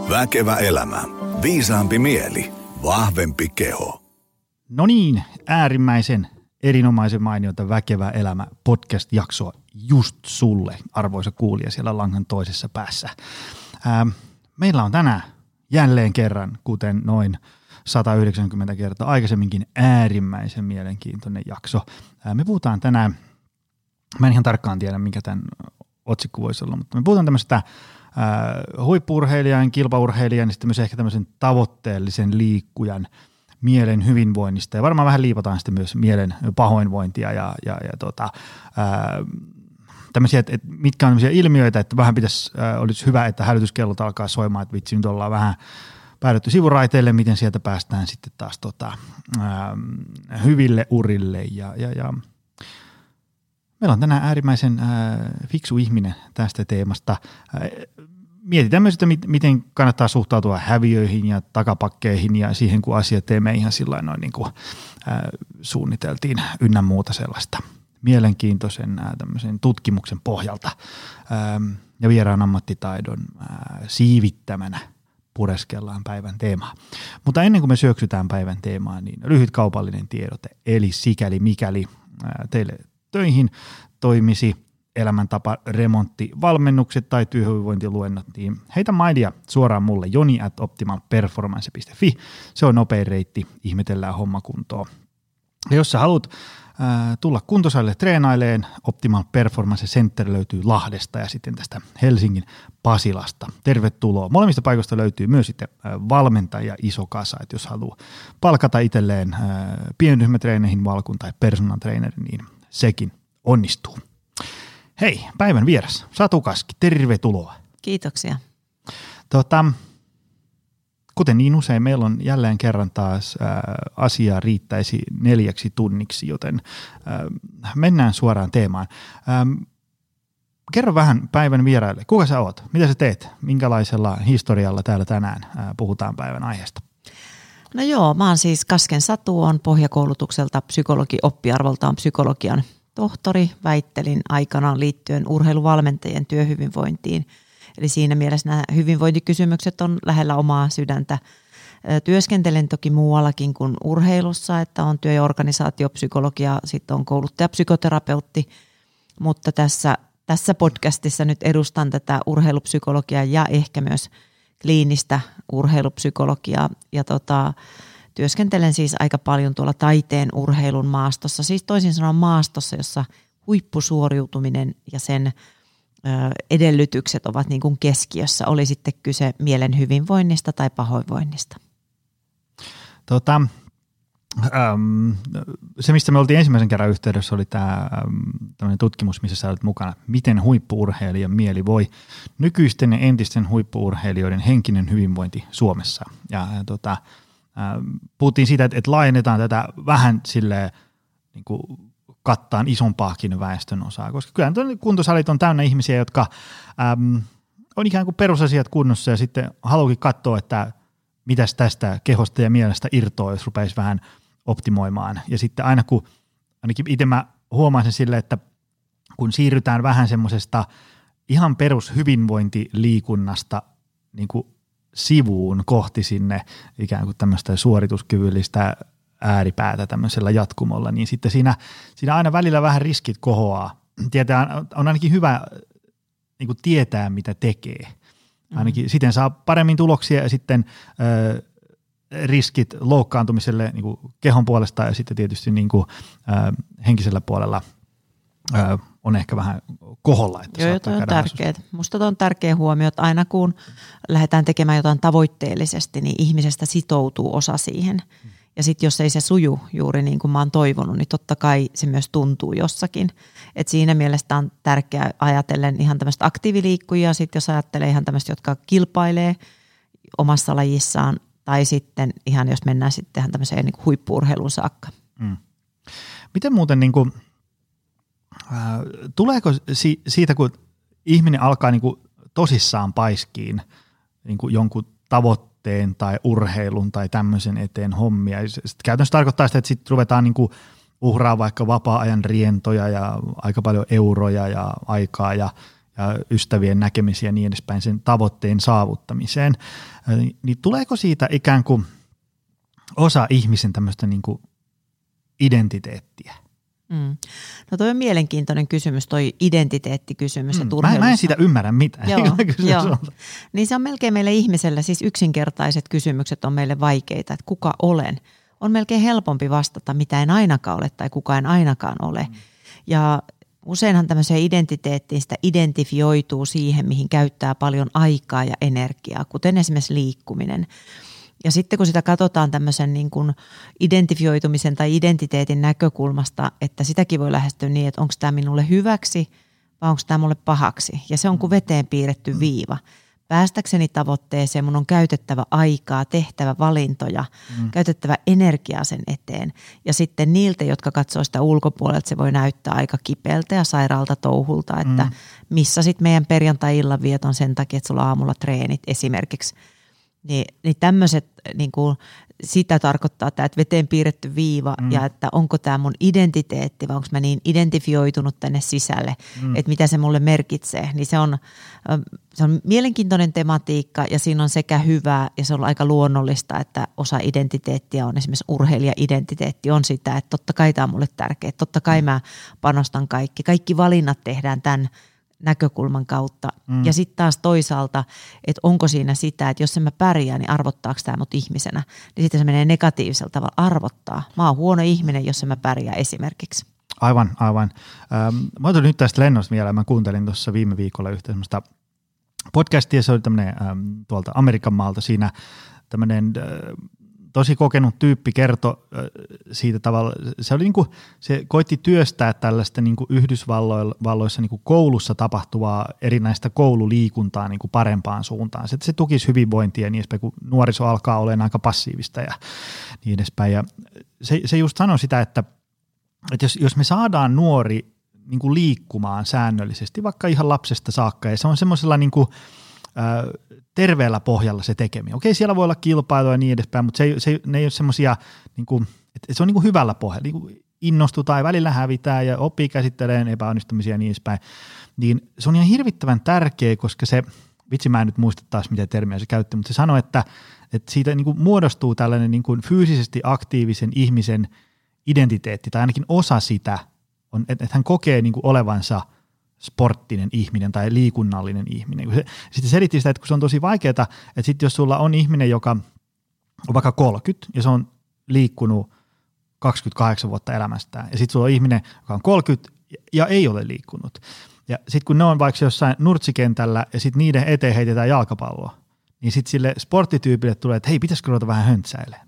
Väkevä elämä. Viisaampi mieli. Vahvempi keho. No niin, äärimmäisen erinomaisen mainiota Väkevä elämä podcast-jaksoa just sulle, arvoisa kuulija siellä langan toisessa päässä. Meillä on tänään jälleen kerran, kuten noin 190 kertaa aikaisemminkin, äärimmäisen mielenkiintoinen jakso. Me puhutaan tänään, mä en ihan tarkkaan tiedä mikä tämän otsikko voisi olla, mutta me puhutaan tämmöistä huippu-urheilijan, kilpaurheilijan ja sitten myös ehkä tämmöisen tavoitteellisen liikkujan mielen hyvinvoinnista ja varmaan vähän liipataan sitten myös mielen pahoinvointia ja tämmöisiä, että mitkä on tämmöisiä ilmiöitä, että vähän olisi hyvä, että hälytyskellot alkaa soimaan, että vitsi nyt ollaan vähän päädytty sivuraiteille, miten sieltä päästään sitten taas hyville urille ja meillä on tänään äärimmäisen fiksu ihminen tästä teemasta. Mietitään myös, että miten kannattaa suhtautua häviöihin ja takapakkeihin ja siihen, kun asiat teemme ihan sillä noin niin kuin suunniteltiin ynnä muuta sellaista mielenkiintoisen tämmöisen tutkimuksen pohjalta ja vieraan ammattitaidon siivittämänä pureskellaan päivän teemaa. Mutta ennen kuin me syöksytään päivän teemaan, niin lyhyt kaupallinen tiedote, eli sikäli mikäli teille töihin toimisi elämäntapa, remontti, valmennukset tai työhyvinvointiluennot, niin heitä mailia suoraan mulle joni@optimalperformance.fi. Se on nopein reitti, ihmetellään hommakuntoon. Ja jos sä haluat tulla kuntosalille treenaileen, Optimal Performance Center löytyy Lahdesta ja sitten tästä Helsingin Pasilasta. Tervetuloa. Molemmista paikoista löytyy myös sitten valmentaja iso kasa, että jos haluaa palkata itselleen pienryhmätreeneihin valkun tai personal trainerin, niin sekin onnistuu. Hei, päivän vieras, Satu Kaski, tervetuloa. Kiitoksia. Kuten niin usein, meillä on jälleen kerran taas asiaa riittäisi 4 tunniksi, joten mennään suoraan teemaan. Kerro vähän päivän vieraille, kuka sä oot, mitä sä teet, minkälaisella historialla täällä tänään puhutaan päivän aiheesta? No joo, mä oon siis Kasken Satu, on pohjakoulutukselta psykologi, oppiarvoltaan psykologian tohtori, väittelin aikanaan liittyen urheiluvalmentajien työhyvinvointiin. Eli siinä mielessä nämä hyvinvointikysymykset on lähellä omaa sydäntä. Työskentelen toki muuallakin kuin urheilussa, että on työ- ja organisaatiopsykologia, sitten on kouluttajapsykoterapeutti, mutta tässä podcastissa nyt edustan tätä urheilupsykologiaa ja ehkä myös kliinistä urheilupsykologiaa ja työskentelen siis aika paljon tuolla taiteen urheilun maastossa, siis toisin sanoen maastossa, jossa huippusuoriutuminen ja sen edellytykset ovat niin kuin keskiössä, oli sitten kyse mielen hyvinvoinnista tai pahoinvoinnista. Se, mistä me oltiin ensimmäisen kerran yhteydessä, oli tämä tutkimus, missä sä olet mukana. Miten huippu-urheilijan mieli voi? Nykyisten ja entisten huippu-urheilijoiden henkinen hyvinvointi Suomessa. Ja puhuttiin siitä, että laajennetaan tätä vähän silleen niin kuin kattaan isompaakin väestön osaa, koska kyllä kuntosalit on täynnä ihmisiä, jotka on ikään kuin perusasiat kunnossa ja sitten haluakin katsoa, että mitäs tästä kehosta ja mielestä irtoaa, jos rupeisi vähän optimoimaan. Ja sitten aina kun, ainakin itse mä huomaan sen silleen, että kun siirrytään vähän semmoisesta ihan perushyvinvointiliikunnasta niin kuin sivuun kohti sinne ikään kuin tämmöistä suorituskyvyllistä ääripäätä tämmöisellä jatkumolla, niin sitten siinä aina välillä vähän riskit kohoaa. On ainakin hyvä niin kuin tietää, mitä tekee. Ainakin siten saa paremmin tuloksia ja sitten riskit loukkaantumiselle niin kuin kehon puolesta ja sitten tietysti niin kuin, henkisellä puolella on ehkä vähän koholla. Että joo, toi on tärkeää. Musta on tärkeä huomio, että aina kun lähdetään tekemään jotain tavoitteellisesti, niin ihmisestä sitoutuu osa siihen. Ja sitten jos ei se suju juuri niin kuin mä oon toivonut, niin totta kai se myös tuntuu jossakin. Et siinä mielessä on tärkeää ajatellen ihan tämmöistä aktiiviliikkujia, sitten jos ajattelee ihan tämmöistä, jotka kilpailee omassa lajissaan, tai sitten ihan jos mennään sitten ihan tämmöiseen niin kuin huippu-urheiluun saakka. Miten muuten, niin kuin, tuleeko siitä, kun ihminen alkaa niin kuin tosissaan paiskiin niin kuin jonkun tavoitteen tai urheilun tai tämmöisen eteen hommia. Käytännössä tarkoittaa sitä, että sitten ruvetaan niinku uhraa vaikka vapaa-ajan rientoja ja aika paljon euroja ja aikaa ja ystävien näkemisiä ja niin edespäin sen tavoitteen saavuttamiseen, niin tuleeko siitä ikään kuin osa ihmisen tämmöistä niin kuin identiteettiä? No toi on mielenkiintoinen kysymys, toi identiteettikysymys. Mä en siitä ymmärrä mitään. Joo. Niin se on melkein meille ihmiselle, siis yksinkertaiset kysymykset on meille vaikeita, että kuka olen. On melkein helpompi vastata, mitä en ainakaan ole tai kuka en ainakaan ole. Ja useinhan tämmöiseen identiteettiin sitä identifioituu siihen, mihin käyttää paljon aikaa ja energiaa, kuten esimerkiksi liikkuminen. Ja sitten kun sitä katsotaan tämmöisen niin kuin identifioitumisen tai identiteetin näkökulmasta, että sitäkin voi lähestyä niin, että onko tämä minulle hyväksi vai onko tämä mulle pahaksi. Ja se on kuin veteen piirretty viiva. Päästäkseni tavoitteeseen mun on käytettävä aikaa, tehtävä valintoja, käytettävä energiaa sen eteen. Ja sitten niiltä, jotka katsoo sitä ulkopuolelta, se voi näyttää aika kipeältä ja sairaalta touhulta, että missä sitten meidän perjantai-illan vieton sen takia, että sulla on aamulla treenit esimerkiksi. Niin tämmöiset, niin kuin sitä tarkoittaa tämä, että veteen piirretty viiva ja että onko tämä mun identiteetti vai onko mä niin identifioitunut tänne sisälle, että mitä se mulle merkitsee. Niin se on mielenkiintoinen tematiikka ja siinä on sekä hyvää ja se on aika luonnollista, että osa identiteettiä on esimerkiksi urheilija-identiteetti on sitä, että totta kai tämä on mulle tärkeä, totta kai mä panostan kaikki valinnat tehdään tämän näkökulman kautta. Ja sitten taas toisaalta, että onko siinä sitä, että jos en mä pärjää, niin arvottaako tämä mut ihmisenä. Niin sitten se menee negatiivisella tavalla arvottaa. Mä oon huono ihminen, jos en mä pärjää esimerkiksi. Aivan. Mä otan nyt tästä lennosta vielä. Mä kuuntelin tuossa viime viikolla yhtä semmoista podcastia. Se oli tämmöinen tuolta Amerikan maalta. Siinä tämmöinen tosi kokenut tyyppi kertoi siitä tavalla, se oli niinku, se koitti työstää tällaista niinku Yhdysvalloissa niinku koulussa tapahtuvaa erinäistä koululiikuntaa niinku parempaan suuntaan. Se tukisi hyvinvointia ja niin edespäin, kun nuoriso alkaa olemaan aika passiivista ja niin edespäin. Ja se just sanoi sitä, että jos me saadaan nuori niinku liikkumaan säännöllisesti, vaikka ihan lapsesta saakka, ja se on semmoisella niinku terveellä pohjalla se tekeminen. Okei, siellä voi olla kilpailua ja niin edespäin, mutta ne ei ole semmoisia, niin että se on niin kuin hyvällä pohjalla. Niin innostutaan ja välillä hävitään ja oppii käsittelemään epäonnistumisia ja niin edespäin. Niin se on ihan hirvittävän tärkeä, koska se, vitsi mä en nyt muista taas mitä termiä se käytti, mutta se sanoi, että siitä niin kuin muodostuu tällainen niin kuin fyysisesti aktiivisen ihmisen identiteetti, tai ainakin osa sitä, on, että hän kokee niin kuin olevansa sporttinen ihminen tai liikunnallinen ihminen. Sitten selitti sitä, että kun se on tosi vaikeaa, että sitten jos sulla on ihminen, joka on vaikka 30 ja se on liikkunut 28 vuotta elämästään ja sitten sulla on ihminen, joka on 30 ja ei ole liikkunut. Ja sitten kun ne on vaikka jossain nurtsikentällä ja sitten niiden eteen heitetään jalkapalloa, niin sitten sille sporttityypille tulee, että hei, pitäisikö ruveta vähän höntsäilemään.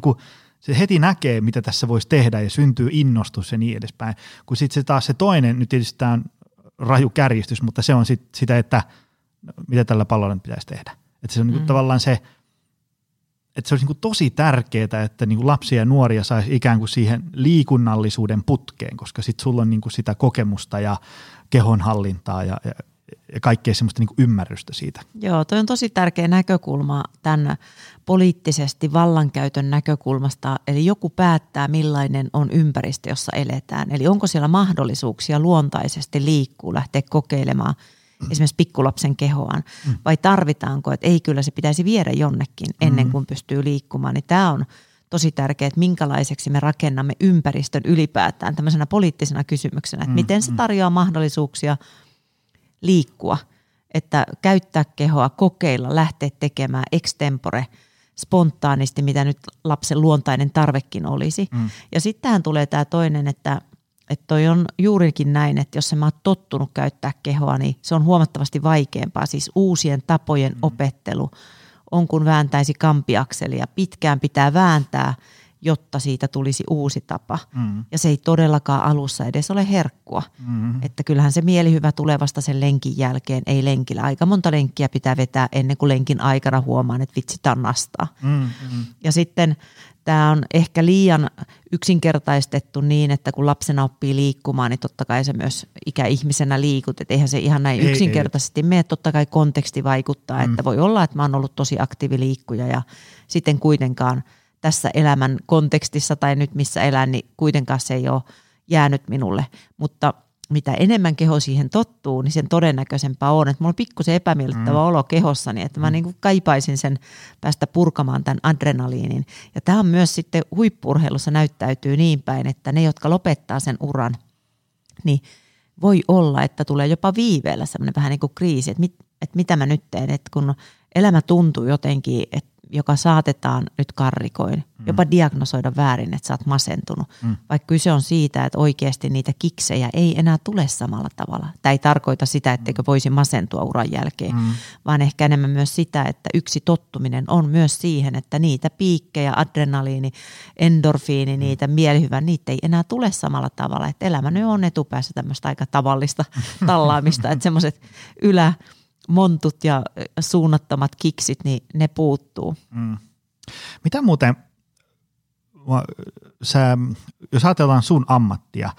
Se heti näkee, mitä tässä voisi tehdä ja syntyy innostus ja niin edespäin. Kun sitten se taas se toinen, nyt tietysti tämä on raju kärjistys, mutta se on sitä, että mitä tällä pallolla nyt pitäisi tehdä. Että se on niin tavallaan se, että se olisi niin tosi tärkeää, että niin lapsia ja nuoria saisi ikään kuin siihen liikunnallisuuden putkeen, koska sitten sulla on niin sitä kokemusta ja kehonhallintaa ja kaikkea semmoista niin ymmärrystä siitä. Joo, toi on tosi tärkeä näkökulma tämän poliittisesti vallankäytön näkökulmasta. Eli joku päättää, millainen on ympäristö, jossa eletään. Eli onko siellä mahdollisuuksia luontaisesti liikkua, lähteä kokeilemaan esimerkiksi pikkulapsen kehoaan. Vai tarvitaanko, että ei kyllä se pitäisi viedä jonnekin ennen kuin pystyy liikkumaan. Niin tämä on tosi tärkeää, että minkälaiseksi me rakennamme ympäristön ylipäätään tämmöisenä poliittisena kysymyksenä. Että miten se tarjoaa mahdollisuuksia liikkua, että käyttää kehoa, kokeilla, lähteä tekemään extempore, spontaanisti, mitä nyt lapsen luontainen tarvekin olisi. Ja sitten tähän tulee tämä toinen, että toi on juurikin näin, että jos sä oot tottunut käyttää kehoa, niin se on huomattavasti vaikeampaa. Siis uusien tapojen opettelu on kun vääntäisi kampiakselia. Pitkään pitää vääntää, jotta siitä tulisi uusi tapa. Ja se ei todellakaan alussa edes ole herkkua. Että kyllähän se mielihyvä tulee vasta sen lenkin jälkeen, ei lenkillä. Aika monta lenkkiä pitää vetää ennen kuin lenkin aikana huomaan, että vitsi, tää on nastaa. Ja sitten tämä on ehkä liian yksinkertaistettu niin, että kun lapsena oppii liikkumaan, niin totta kai se myös ikäihmisenä liikut. Että eihän se ihan näin yksinkertaisesti mene. Totta kai konteksti vaikuttaa, että voi olla, että mä oon ollut tosi aktiiviliikkuja ja sitten kuitenkaan tässä elämän kontekstissa tai nyt missä elän, niin kuitenkaan se ei ole jäänyt minulle. Mutta mitä enemmän keho siihen tottuu, niin sen todennäköisempää on, että mulla on pikkusen epämiellyttävä olo kehossani, että mä niin kuin kaipaisin sen päästä purkamaan tämän adrenaliinin. Ja tämä on myös sitten huippu-urheilussa näyttäytyy niin päin, että ne, jotka lopettaa sen uran, niin voi olla, että tulee jopa viiveellä semmoinen vähän niin kuin kriisi, että mitä mä nyt teen, että kun elämä tuntuu jotenkin, että joka saatetaan nyt karrikoin, jopa diagnosoida väärin, että sä oot masentunut. Vaikka kyse on siitä, että oikeasti niitä kiksejä ei enää tule samalla tavalla. Tämä ei tarkoita sitä, etteikö voisi masentua uran jälkeen, vaan ehkä enemmän myös sitä, että yksi tottuminen on myös siihen, että niitä piikkejä, adrenaliini, endorfiini, niitä mielihyvän, niitä ei enää tule samalla tavalla. Että elämä nyt on etupäässä tämmöistä aika tavallista tallaamista, että semmoiset montut ja suunnattomat kiksit, niin ne puuttuu. Mitä muuten, jos ajatellaan sun ammattia,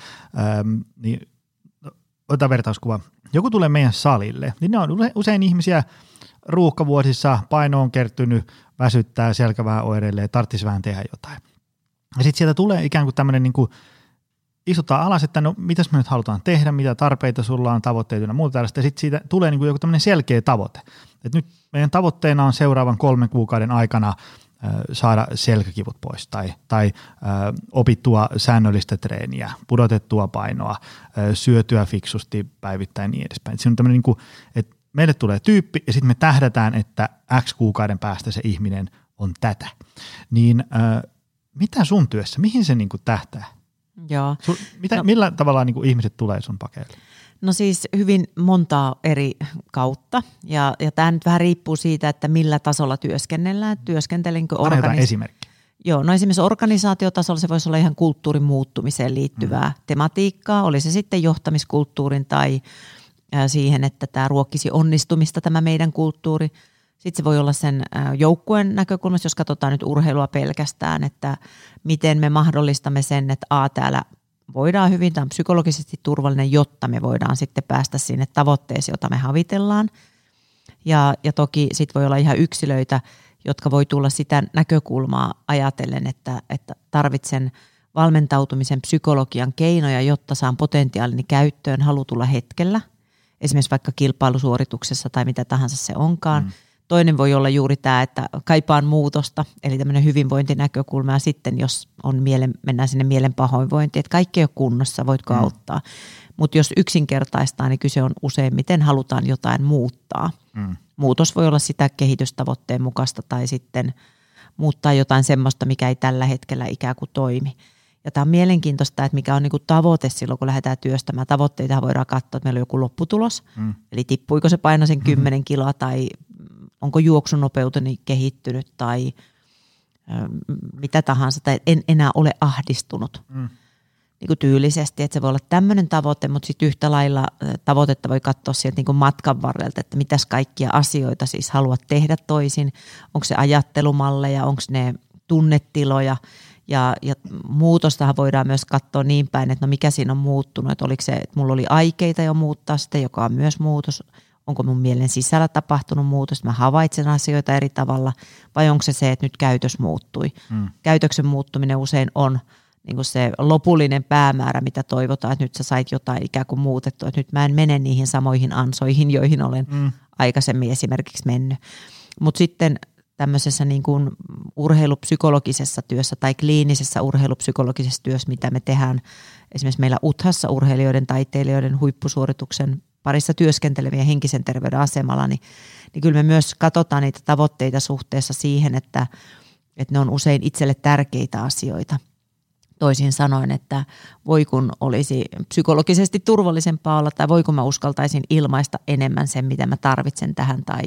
niin ota vertauskuva. Joku tulee meidän salille, niin ne on usein ihmisiä ruuhkavuosissa, paino on kertynyt, väsyttää, selkä vähän oireilee, tarvitsisi vähän tehdä jotain. Ja sitten sieltä tulee ikään kuin tämmöinen niin kuin istutaan alas, että no mitäs me nyt halutaan tehdä, mitä tarpeita sulla on, tavoitteita ja muuta tällaista, ja sitten siitä tulee niin kuin joku tämmöinen selkeä tavoite. Että nyt meidän tavoitteena on seuraavan 3 kuukauden aikana saada selkäkivut pois tai opittua säännöllistä treeniä, pudotettua painoa, syötyä fiksusti päivittäin niin edespäin. Se on tämmöinen, niin kuin, että meille tulee tyyppi ja sitten me tähdätään, että X kuukauden päästä se ihminen on tätä. Niin mitä sun työssä, mihin se niin kuin tähtää? Joo. Millä tavalla niin kuin ihmiset tulee sun pakeille? No siis hyvin montaa eri kautta ja tämä nyt vähän riippuu siitä, että millä tasolla työskennellään. Työskentelenkö esimerkki. Joo, no esimerkiksi organisaatiotasolla se voisi olla ihan kulttuurin muuttumiseen liittyvää tematiikkaa. Oli se sitten johtamiskulttuurin tai siihen, että tämä ruokkisi onnistumista tämä meidän kulttuuri. Sitten se voi olla sen joukkueen näkökulmasta, jos katsotaan nyt urheilua pelkästään, että miten me mahdollistamme sen, että täällä voidaan hyvin, tämä on psykologisesti turvallinen, jotta me voidaan sitten päästä sinne tavoitteeseen, jota me havitellaan. Ja toki sitten voi olla ihan yksilöitä, jotka voi tulla sitä näkökulmaa ajatellen, että tarvitsen valmentautumisen psykologian keinoja, jotta saan potentiaalini käyttöön halutulla hetkellä, esimerkiksi vaikka kilpailusuorituksessa tai mitä tahansa se onkaan. Toinen voi olla juuri tämä, että kaipaan muutosta, eli tämmöinen hyvinvointinäkökulma, ja sitten jos on mennään sinne mielen pahoinvointiin, että kaikki ei ole kunnossa, voitko auttaa. Mutta jos yksinkertaistaa, niin kyse on useimmiten halutaan jotain muuttaa. Muutos voi olla sitä kehitystavoitteen mukaista tai sitten muuttaa jotain semmoista, mikä ei tällä hetkellä ikään kuin toimi. Ja tämä on mielenkiintoista, että mikä on niinku tavoite silloin, kun lähdetään työstämään. Tavoitteita voidaan katsoa, että meillä on joku lopputulos, eli tippuiko se paino sen 10 kiloa tai onko juoksunopeuteni kehittynyt tai mitä tahansa, tai en enää ole ahdistunut niin kuin tyylisesti, että se voi olla tämmöinen tavoite, mutta sitten yhtä lailla tavoitetta voi katsoa sieltä niin kuin matkan varrelta, että mitäs kaikkia asioita siis haluat tehdä toisin, onko se ajattelumalleja, onko ne tunnetiloja, ja muutostahan voidaan myös katsoa niin päin, että no mikä siinä on muuttunut, että oliko se, että mulla oli aikeita jo muuttaa sitä, joka on myös muutos, onko mun mielen sisällä tapahtunut muutos, mä havaitsen asioita eri tavalla, vai onko se, että nyt käytös muuttui. Käytöksen muuttuminen usein on niin kuin se lopullinen päämäärä, mitä toivotaan, että nyt sä sait jotain ikään kuin muutettua, että nyt mä en mene niihin samoihin ansoihin, joihin olen aikaisemmin esimerkiksi mennyt. Mutta sitten tämmöisessä niin kuin urheilupsykologisessa työssä tai kliinisessä urheilupsykologisessa työssä, mitä me tehdään esimerkiksi meillä UTHassa urheilijoiden, taiteilijoiden huippusuorituksen parissa työskentelevien henkisen terveyden asemalla, niin kyllä me myös katsotaan niitä tavoitteita suhteessa siihen, että ne on usein itselle tärkeitä asioita. Toisin sanoen, että voi kun olisi psykologisesti turvallisempaa olla tai voi kun mä uskaltaisin ilmaista enemmän sen, mitä mä tarvitsen tähän tai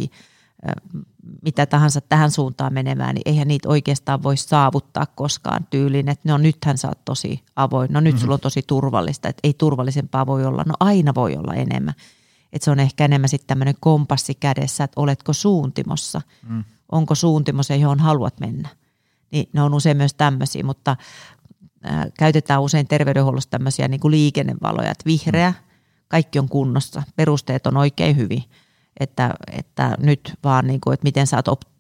mitä tahansa tähän suuntaan menemään, niin eihän niitä oikeastaan voi saavuttaa koskaan tyyliin, että no nythän sä oot tosi avoin, no nyt sulla on tosi turvallista, että ei turvallisempaa voi olla, no aina voi olla enemmän. Että se on ehkä enemmän sitten tämmöinen kompassi kädessä, että oletko suuntimossa, onko suuntimossa, johon haluat mennä. Niin ne on usein myös tämmöisiä, mutta käytetään usein terveydenhuollossa tämmöisiä niin kuin liikennevaloja, että vihreä, kaikki on kunnossa, perusteet on oikein hyvin. Että nyt vaan, niin kuin, että miten sä oot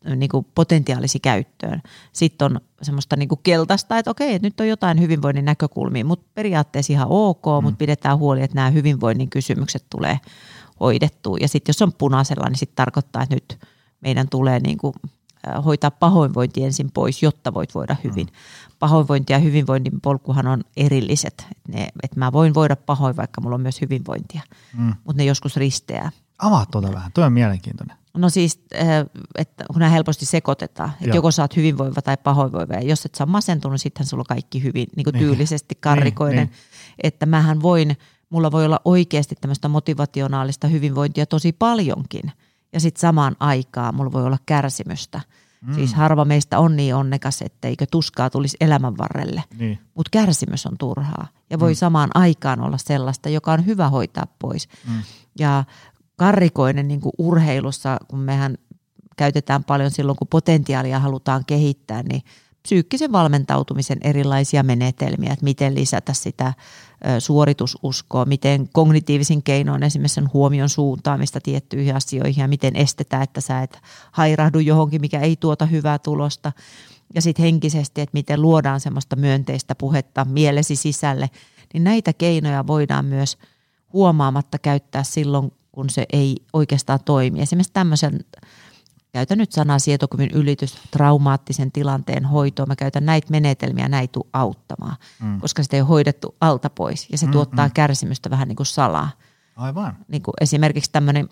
niin kuin potentiaalisi käyttöön. Sitten on semmoista niin kuin keltaista, että okei, että nyt on jotain hyvinvoinnin näkökulmia, mutta periaatteessa ihan ok, mutta pidetään huoli, että nämä hyvinvoinnin kysymykset tulee hoidettua. Ja sitten jos on punaisella, niin sitten tarkoittaa, että nyt meidän tulee niin kuin hoitaa pahoinvointi ensin pois, jotta voit voida hyvin. Pahoinvointi ja hyvinvoinnin polkuhan on erilliset. Että mä voin voida pahoin, vaikka mulla on myös hyvinvointia, mutta ne joskus risteää. Avaa tuota vähän, tuo on mielenkiintoinen. No siis, että kun nämä helposti sekoitetaan, että joko sä oot hyvinvoiva tai pahoinvoiva, ja jos et sä ole masentunut, sittenhän sulla on kaikki hyvin niin kuin tyylisesti karrikoinen, että mulla voi olla oikeasti tämmöistä motivationaalista hyvinvointia tosi paljonkin, ja sitten samaan aikaan mulla voi olla kärsimystä. Siis harva meistä on niin onnekas, etteikö tuskaa tulisi elämän varrelle, mutta kärsimys on turhaa, ja voi samaan aikaan olla sellaista, joka on hyvä hoitaa pois. Ja karrikoinen niin kuin urheilussa, kun mehän käytetään paljon silloin, kun potentiaalia halutaan kehittää, niin psyykkisen valmentautumisen erilaisia menetelmiä, että miten lisätä sitä suoritususkoa, miten kognitiivisin keinoin esimerkiksi sen huomion suuntaamista tiettyihin asioihin ja miten estetään, että sä et hairahdu johonkin, mikä ei tuota hyvää tulosta. Ja sitten henkisesti, että miten luodaan semmoista myönteistä puhetta mielesi sisälle, niin näitä keinoja voidaan myös huomaamatta käyttää silloin, kun se ei oikeastaan toimi. Esimerkiksi tämmöisen, käytän nyt sanaa sietokyvyn ylitys, traumaattisen tilanteen hoitoon. Mä käytän näitä menetelmiä, näitä auttamaan, koska sitä ei ole hoidettu alta pois ja se tuottaa kärsimystä vähän niin kuin salaa. Aivan. Niin kuin esimerkiksi tämmöinen,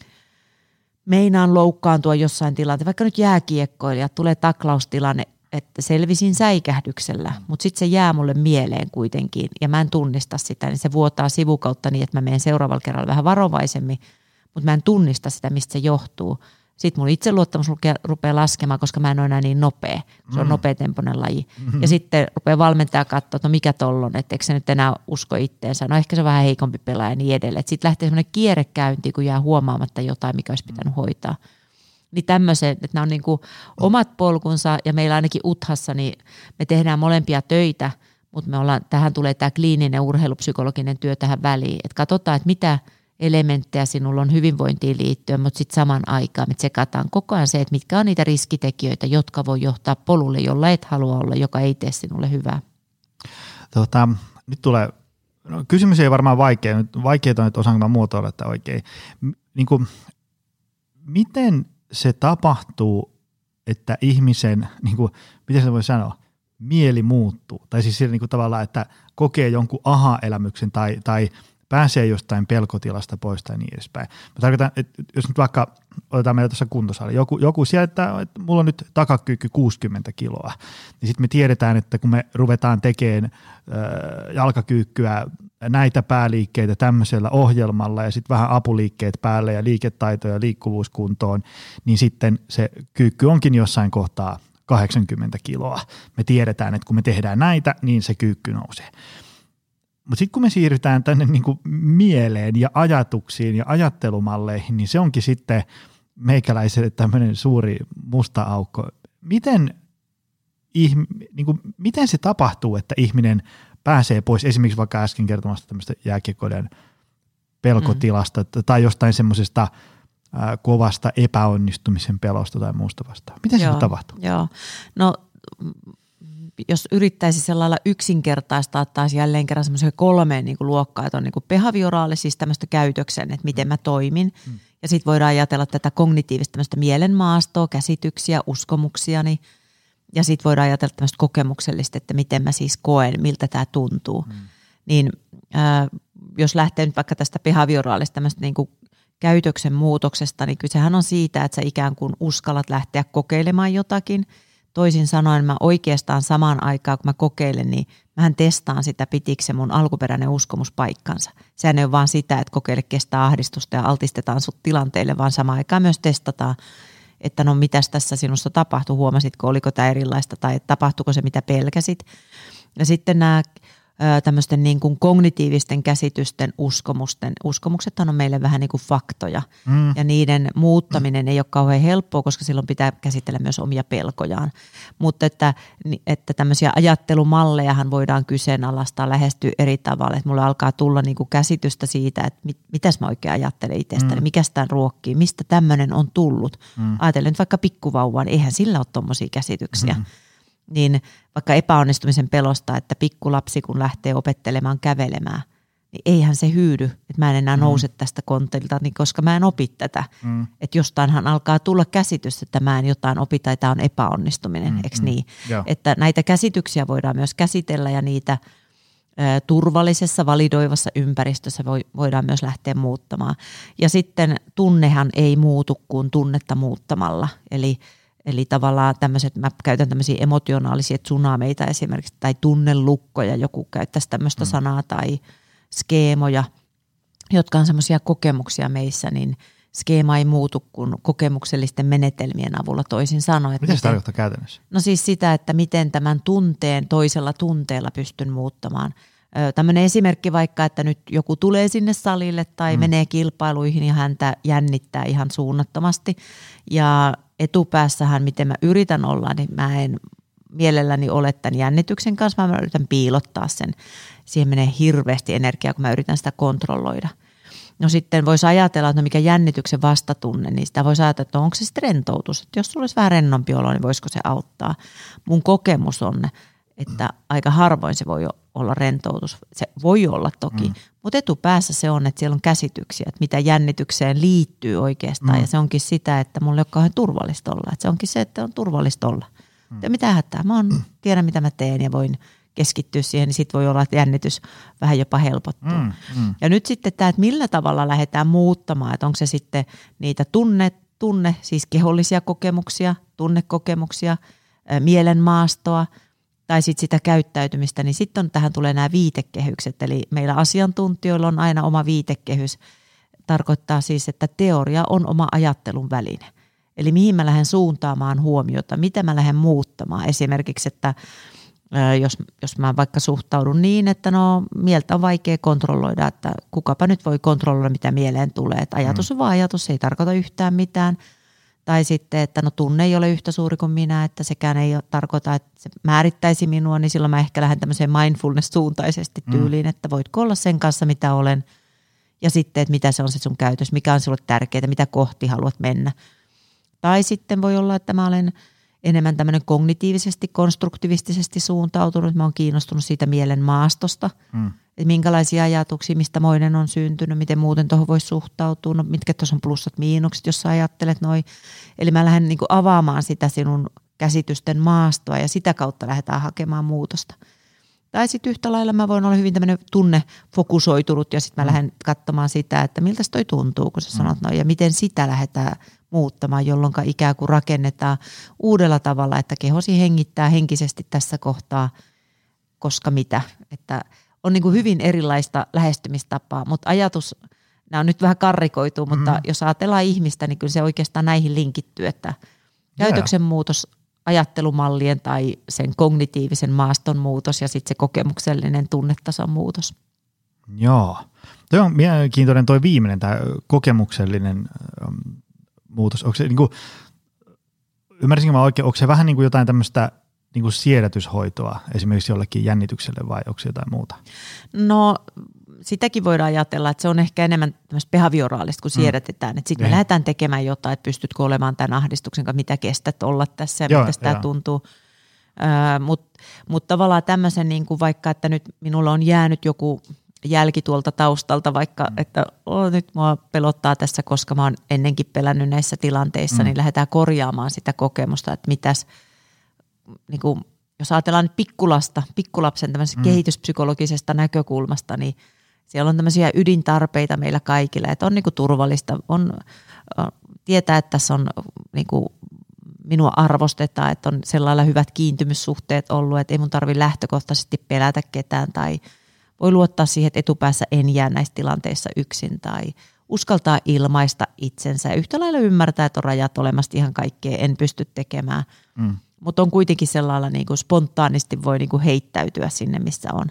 meinaan loukkaantua jossain tilanteessa, vaikka nyt jääkiekkoilija, tulee taklaustilanne, että selvisin säikähdyksellä, mutta sitten se jää mulle mieleen kuitenkin ja mä en tunnista sitä, niin se vuotaa sivukautta niin, että mä menen seuraavalla kerralla vähän varovaisemmin, mutta mä en tunnista sitä, mistä se johtuu. Sitten mun itseluottamus rupeaa laskemaan, koska mä en ole enää niin nopea. Se on nopeatempoinen laji. Ja sitten rupeaa valmentaja katsoa, että no mikä tolla on, että eikö se nyt enää usko itteensä. No ehkä se on vähän heikompi pelaaja ja niin edelleen. Sitten lähtee semmoinen kierrekäynti, kun jää huomaamatta jotain, mikä olisi pitänyt hoitaa. Niin tämmöisen, että nämä on niin kuin omat polkunsa ja meillä ainakin UTHassa, niin me tehdään molempia töitä, mutta tähän tulee tämä kliininen urheilupsykologinen työ tähän väliin. Että katsotaan, että mitä elementtejä sinulla on hyvinvointiin liittyen, mutta sitten saman aikaan me tsekataan koko ajan se, että mitkä on niitä riskitekijöitä, jotka voi johtaa polulle, jolla et halua olla, joka ei tee sinulle hyvää. Nyt tulee, kysymys ei varmaan vaikeaa on, että osaanko mä muotoilla, että oikein. Niin kuin, miten se tapahtuu, että ihmisen, niin kuin, miten se voi sanoa, mieli muuttuu? Tai siis niin kuin tavallaan, että kokee jonkun aha-elämyksen tai pääsee jostain pelkotilasta pois tai niin edespäin. Mä tarkoitan, että jos nyt vaikka otetaan meillä tuossa kuntosali, joku sieltä, että mulla on nyt takakyykky 60 kiloa, niin sitten me tiedetään, että kun me ruvetaan tekemään jalkakyykkyä, näitä pääliikkeitä tämmöisellä ohjelmalla ja sitten vähän apuliikkeet päälle ja liiketaito ja liikkuvuuskuntoon, niin sitten se kyykky onkin jossain kohtaa 80 kiloa. Me tiedetään, että kun me tehdään näitä, niin se kyykky nousee. Mutta sitten kun me siirrytään tänne niinku mieleen ja ajatuksiin ja ajattelumalleihin, niin se onkin sitten meikäläiselle tämmöinen suuri musta aukko. Miten se tapahtuu, että ihminen pääsee pois esimerkiksi vaikka äsken kertomasta tämmöistä jääkiekkoilijan pelkotilasta tai jostain semmoisesta kovasta epäonnistumisen pelosta tai muusta vastaan? Miten se tapahtuu? Joo, no jos yrittäisi sellailla yksinkertaistaa taas jälleen kerran semmoiseen 3 niin kuin luokkaa, että on niin kuin behavioraali, siis tämmöistä käytöksen, että miten mä toimin. Ja sitten voidaan ajatella tätä kognitiivista tämmöistä mielenmaastoa, käsityksiä, uskomuksiani. Ja sitten voidaan ajatella tämmöistä kokemuksellista, että miten mä siis koen, miltä tämä tuntuu. Niin jos lähtee nyt vaikka tästä behavioraalista tämmöistä niin kuin käytöksen muutoksesta, niin kysehän on siitä, että sä ikään kuin uskallat lähteä kokeilemaan jotakin. Toisin sanoen mä oikeastaan samaan aikaan, kun mä kokeilen, niin mähän testaan sitä, pitikö se mun alkuperäinen uskomus paikkansa. Sehän ei ole vaan sitä, että kokeile kestää ahdistusta ja altistetaan sut tilanteille, vaan samaan aikaan myös testataan, että no mitäs tässä sinussa tapahtui, huomasitko, oliko tämä erilaista tai tapahtuiko se mitä pelkäsit. Ja sitten nämä tämmöisten niin kuin kognitiivisten käsitysten uskomusten. Uskomuksethan on meille vähän niin kuin faktoja ja niiden muuttaminen ei ole kauhean helppoa, koska silloin pitää käsitellä myös omia pelkojaan. Mutta että tämmöisiä ajattelumallejahan voidaan kyseenalaistaa, lähestyä eri tavalla. Että mulle alkaa tulla niin kuin käsitystä siitä, että mitäs mä oikein ajattelen itsestäni, mikä sitä ruokkii, mistä tämmöinen on tullut. Ajatellen nyt vaikka pikkuvauvaan, eihän sillä ole tommosia käsityksiä. Niin vaikka epäonnistumisen pelosta, että pikkulapsi kun lähtee opettelemaan kävelemään, niin eihän se hyydy, että mä en enää nouse tästä kontilta, niin koska mä en opi tätä. Että jostainhan alkaa tulla käsitys, että mä en jotain opi tai tämä on epäonnistuminen, eikö niin? Että näitä käsityksiä voidaan myös käsitellä ja niitä turvallisessa, validoivassa ympäristössä voidaan myös lähteä muuttamaan. Ja sitten tunnehan ei muutu kuin tunnetta muuttamalla, Eli tavallaan tämmöiset, mä käytän tämmöisiä emotionaalisia tsunameita esimerkiksi, tai tunnelukkoja, joku käyttäisi tämmöistä sanaa, tai skeemoja, jotka on semmoisia kokemuksia meissä, niin skeema ei muutu kuin kokemuksellisten menetelmien avulla toisin sanoen. Mitä se tarkoittaa käytännössä? No siis sitä, että miten tämän tunteen toisella tunteella pystyn muuttamaan. Tämmöinen esimerkki vaikka, että nyt joku tulee sinne salille tai menee kilpailuihin ja häntä jännittää ihan suunnattomasti. Ja etupäässähän, miten mä yritän olla, niin mä en mielelläni ole tämän jännityksen kanssa, vaan mä yritän piilottaa sen. Siihen menee hirveästi energiaa, kun mä yritän sitä kontrolloida. No sitten voisi ajatella, että mikä jännityksen vastatunne, niin sitä voisi ajatella, että onko se sitten rentoutus. Että jos sulla olisi vähän rennompi olo, niin voisiko se auttaa. Mun kokemus on, että aika harvoin se voi olla rentoutus. Se voi olla toki, mutta etupäässä se on, että siellä on käsityksiä, että mitä jännitykseen liittyy oikeastaan. Ja se onkin sitä, että mulla ei ole kauhean turvallista olla. Että se onkin se, että on turvallista olla. Ja mitä hätää? Mä tiedän, mitä mä teen ja voin keskittyä siihen, niin sitten voi olla, että jännitys vähän jopa helpottuu. Ja nyt sitten tämä, että millä tavalla lähdetään muuttamaan, että onko se sitten niitä tunne, siis kehollisia kokemuksia, tunnekokemuksia, mielenmaastoa, tai sitten sitä käyttäytymistä, niin sitten tähän tulee nämä viitekehykset. Eli meillä asiantuntijoilla on aina oma viitekehys. Tarkoittaa siis, että teoria on oma ajattelun väline. Eli mihin mä lähden suuntaamaan huomiota, mitä mä lähden muuttamaan. Esimerkiksi, että jos mä vaikka suhtaudun niin, että no mieltä on vaikea kontrolloida, että kukapa nyt voi kontrolloida, mitä mieleen tulee. Että ajatus on vaan ajatus, se ei tarkoita yhtään mitään. Tai sitten, että no tunne ei ole yhtä suuri kuin minä, että sekään ei tarkoita, että se määrittäisi minua, niin silloin mä ehkä lähden tämmöiseen mindfulness-suuntaisesti tyyliin, että voitko olla sen kanssa, mitä olen. Ja sitten, että mitä se on se sun käytös, mikä on sinulle tärkeää, mitä kohti haluat mennä. Tai sitten voi olla, että mä olen enemmän tämmöinen kognitiivisesti, konstruktivistisesti suuntautunut. Mä oon kiinnostunut siitä mielen maastosta, että minkälaisia ajatuksia, mistä moinen on syntynyt, miten muuten tuohon voisi suhtautua, no, mitkä tuossa on plussat, miinukset, jos sä ajattelet noin. Eli mä lähden niin kuin avaamaan sitä sinun käsitysten maastoa ja sitä kautta lähdetään hakemaan muutosta. Tai sitten yhtä lailla mä voin olla hyvin tämmöinen tunnefokusoitunut ja sitten mä lähden katsomaan sitä, että miltä toi tuntuu, kun sä sanot noin ja miten sitä lähdetään muuttamaan, jolloin ikään kuin rakennetaan uudella tavalla, että kehosi hengittää henkisesti tässä kohtaa, koska mitä, että on niin kuin hyvin erilaista lähestymistapaa, mutta ajatus, nämä on nyt vähän karrikoitu, mutta jos ajatellaan ihmistä, niin kyllä se oikeastaan näihin linkittyy, että käytöksen muutos, ajattelumallien tai sen kognitiivisen maaston muutos ja sitten se kokemuksellinen tunnetason muutos. Joo. Toi on mielenkiintoinen toi viimeinen, tämä kokemuksellinen muutos. Onko se niin kuin, ymmärsinkö mä oikein, onko se vähän niin kuin jotain tämmöistä niin kuin siedätyshoitoa esimerkiksi jollekin jännitykselle vai onko se jotain muuta? No sitäkin voidaan ajatella, että se on ehkä enemmän tämmöistä behavioraalista, kun siedätetään. Että sitten me lähdetään tekemään jotain, että pystytkö olemaan tämän ahdistuksen kanssa, mitä kestät olla tässä ja mitä tämä tuntuu. Mutta tavallaan tämmöisen niin kuin vaikka, että nyt minulla on jäänyt joku jälki tuolta taustalta vaikka, että nyt mua pelottaa tässä, koska mä oon ennenkin pelännyt näissä tilanteissa, niin lähdetään korjaamaan sitä kokemusta, että mitäs, niin kuin, jos ajatellaan pikkulapsen tämmöisestä kehityspsykologisesta näkökulmasta, niin siellä on tämmöisiä ydintarpeita meillä kaikilla, että on niin kuin turvallista, tietää, että tässä on niin kuin minua arvostetaan, että on sellailla hyvät kiintymyssuhteet ollut, että ei mun tarvitse lähtökohtaisesti pelätä ketään tai voi luottaa siihen, että etupäässä en jää näissä tilanteissa yksin tai uskaltaa ilmaista itsensä ja yhtä lailla ymmärtää, että on rajat olemassa ihan kaikkea, en pysty tekemään. Mutta on kuitenkin sellailla niin kuin spontaanisti voi niin kuin heittäytyä sinne, missä on.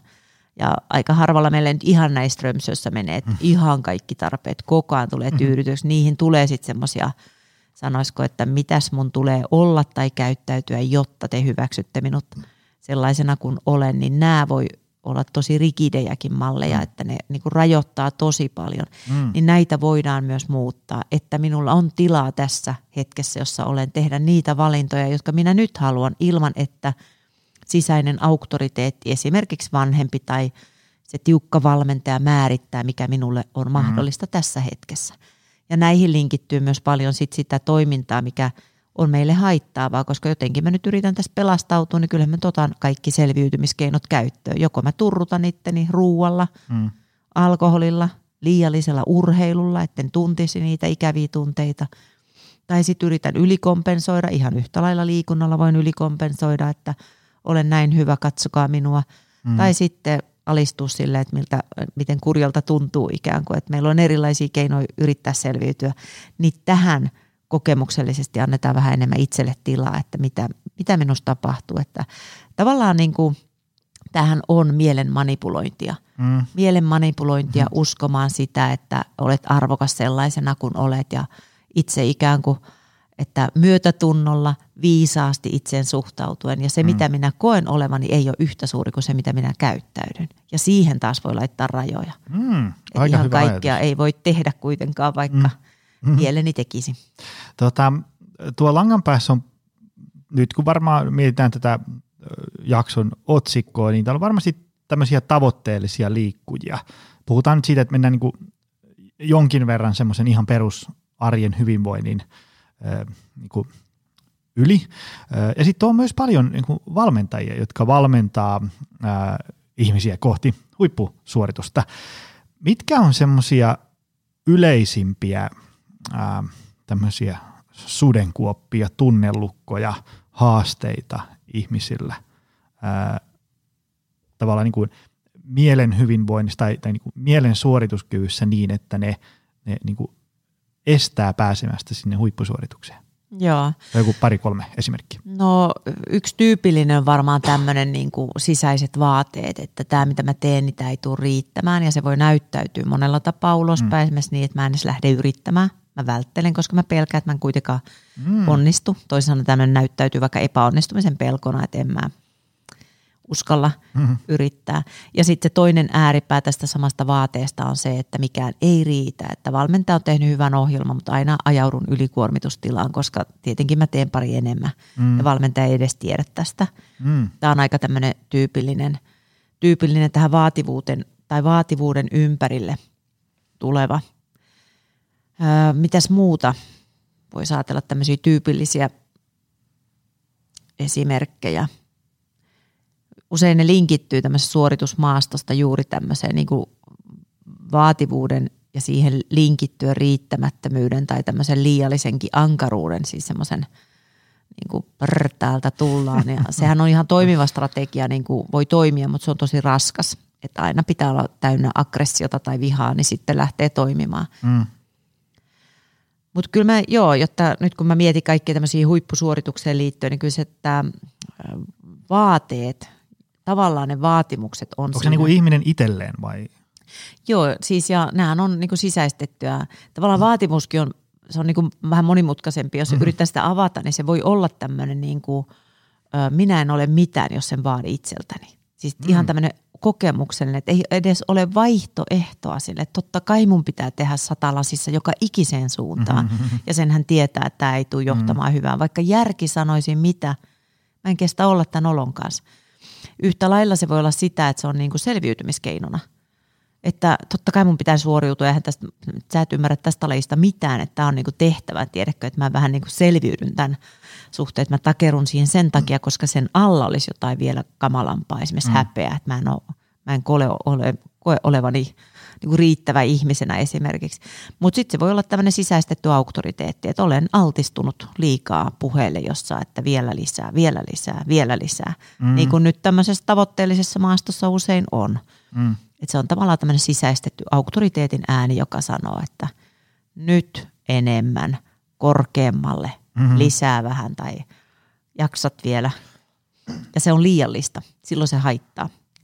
Ja aika harvalla meillä nyt ihan näissä Strömsössä menee, että ihan kaikki tarpeet koko ajan tulee tyydytyksi. Niihin tulee sitten semmoisia, sanoisiko, että mitäs mun tulee olla tai käyttäytyä, jotta te hyväksytte minut sellaisena kuin olen, niin nämä voi olla tosi rigidejäkin malleja, että ne niin kuin rajoittaa tosi paljon. Niin näitä voidaan myös muuttaa, että minulla on tilaa tässä hetkessä, jossa olen tehdä niitä valintoja, jotka minä nyt haluan ilman, että sisäinen auktoriteetti, esimerkiksi vanhempi tai se tiukka valmentaja määrittää, mikä minulle on mahdollista tässä hetkessä. Ja näihin linkittyy myös paljon sitä toimintaa, mikä on meille haittaavaa, koska jotenkin mä nyt yritän tässä pelastautua, niin kyllä mä otan kaikki selviytymiskeinot käyttöön. Joko mä turrutan itteni ruualla, alkoholilla, liiallisella urheilulla, etten tuntisi niitä ikäviä tunteita. Tai sitten yritän ylikompensoida, ihan yhtä lailla liikunnalla voin ylikompensoida, että olen näin hyvä, katsokaa minua. Tai sitten alistua sille, että miten kurjalta tuntuu ikään kuin, että meillä on erilaisia keinoja yrittää selviytyä. Niin tähän kokemuksellisesti annetaan vähän enemmän itselle tilaa, että mitä minusta tapahtuu. Että tavallaan niin kuin, tämähän on mielen manipulointia. Mielen manipulointia uskomaan sitä, että olet arvokas sellaisena kuin olet ja itse ikään kuin, että myötätunnolla, viisaasti itseen suhtautuen ja se mitä minä koen olevani ei ole yhtä suuri kuin se mitä minä käyttäydyn. Ja siihen taas voi laittaa rajoja. Aika ihan hyvä kaikkea ajatus. ei voi tehdä kuitenkaan, vaikka mieleni tekisi. Tuo langan päässä on, nyt kun varmaan mietitään tätä jakson otsikkoa, niin täällä on varmasti tämmöisiä tavoitteellisia liikkujia. Puhutaan nyt siitä, että mennään niin kuin jonkin verran semmoisen ihan perusarjen hyvinvoinnin niin kuin yli. Ja sitten on myös paljon niin kuin valmentajia, jotka valmentaa ihmisiä kohti huippusuoritusta. Mitkä on semmoisia yleisimpiä tämmöisiä sudenkuoppia, tunnelukkoja, haasteita ihmisillä tavallaan niin kuin mielen hyvinvoinnissa tai niin kuin mielen suorituskyvyssä niin, että ne niin kuin estää pääsemästä sinne huippusuoritukseen? Joo. Joku 2-3 esimerkkiä. No yksi tyypillinen on varmaan tämmöinen niin kuin sisäiset vaateet, että tämä mitä mä teen, niin tämä ei tule riittämään ja se voi näyttäytyä monella tapaa ulospäin, esimerkiksi niin, että mä en edes lähde yrittämään. Mä välttelen, koska mä pelkään, että mä en kuitenkaan onnistu. Toisaalta tämmöinen näyttäytyy vaikka epäonnistumisen pelkona, että en mä uskalla yrittää. Ja sitten se toinen ääripää tästä samasta vaateesta on se, että mikään ei riitä. Että valmentaja on tehnyt hyvän ohjelman, mutta aina ajaudun ylikuormitustilaan, koska tietenkin mä teen pari enemmän. Ja valmentaja ei edes tiedä tästä. Tämä on aika tämmöinen tyypillinen tähän vaativuuden ympärille tuleva. Mitäs muuta voisi ajatella tämmöisiä tyypillisiä esimerkkejä? Usein ne linkittyy tämmöisestä suoritusmaastosta juuri tämmöiseen niin kuin vaativuuden ja siihen linkittyä riittämättömyyden tai tämmöisen liiallisenkin ankaruuden, siis semmoisen niin kuin täältä tullaan. Ja sehän on ihan toimiva strategia, niin kuin voi toimia, mutta se on tosi raskas. Että aina pitää olla täynnä aggressiota tai vihaa, niin sitten lähtee toimimaan. Mutta kyllä jotta nyt kun mä mietin kaikkia tämmöisiä huippusuoritukseen liittyen, niin kyllä se, että vaateet, tavallaan ne vaatimukset on onko se niin kuin ihminen itselleen vai? Joo, siis ja nämähän on niin kuin sisäistettyä. Tavallaan vaatimuskin on, se on niin kuin vähän monimutkaisempi. Jos yrittää sitä avata, niin se voi olla tämmöinen niin kuin, minä en ole mitään, jos sen vaadi itseltäni. Siis ihan tämmöinen kokemuksellinen, että ei edes ole vaihtoehtoa sille. Että totta kai mun pitää tehdä 100 lasissa joka ikiseen suuntaan. Ja sen hän tietää, että tämä ei tule johtamaan hyvään. Vaikka järki sanoisi mitä, mä en kestä olla tämän olon kanssa. Yhtä lailla se voi olla sitä, että se on niin kuin selviytymiskeinona. Että totta kai mun pitää suoriutua, eihän tästä, sä et ymmärrä tästä lajista mitään, että tämä on niin kuin tehtävä. Tiedätkö, että mä vähän niin kuin selviydyn tämän suhteen, että mä takerun siihen sen takia, koska sen alla olisi jotain vielä kamalampaa, esimerkiksi häpeä, että mä en koe olevani niin kuin riittävä ihmisenä esimerkiksi. Mutta sitten se voi olla tämmöinen sisäistetty auktoriteetti, että olen altistunut liikaa puheelle jossain, että vielä lisää. Niin kuin nyt tämmöisessä tavoitteellisessa maastossa usein on. Että se on tavallaan tämmöinen sisäistetty auktoriteetin ääni, joka sanoo, että nyt enemmän, korkeammalle, lisää vähän tai jaksat vielä. Ja se on liiallista, silloin se haittaa.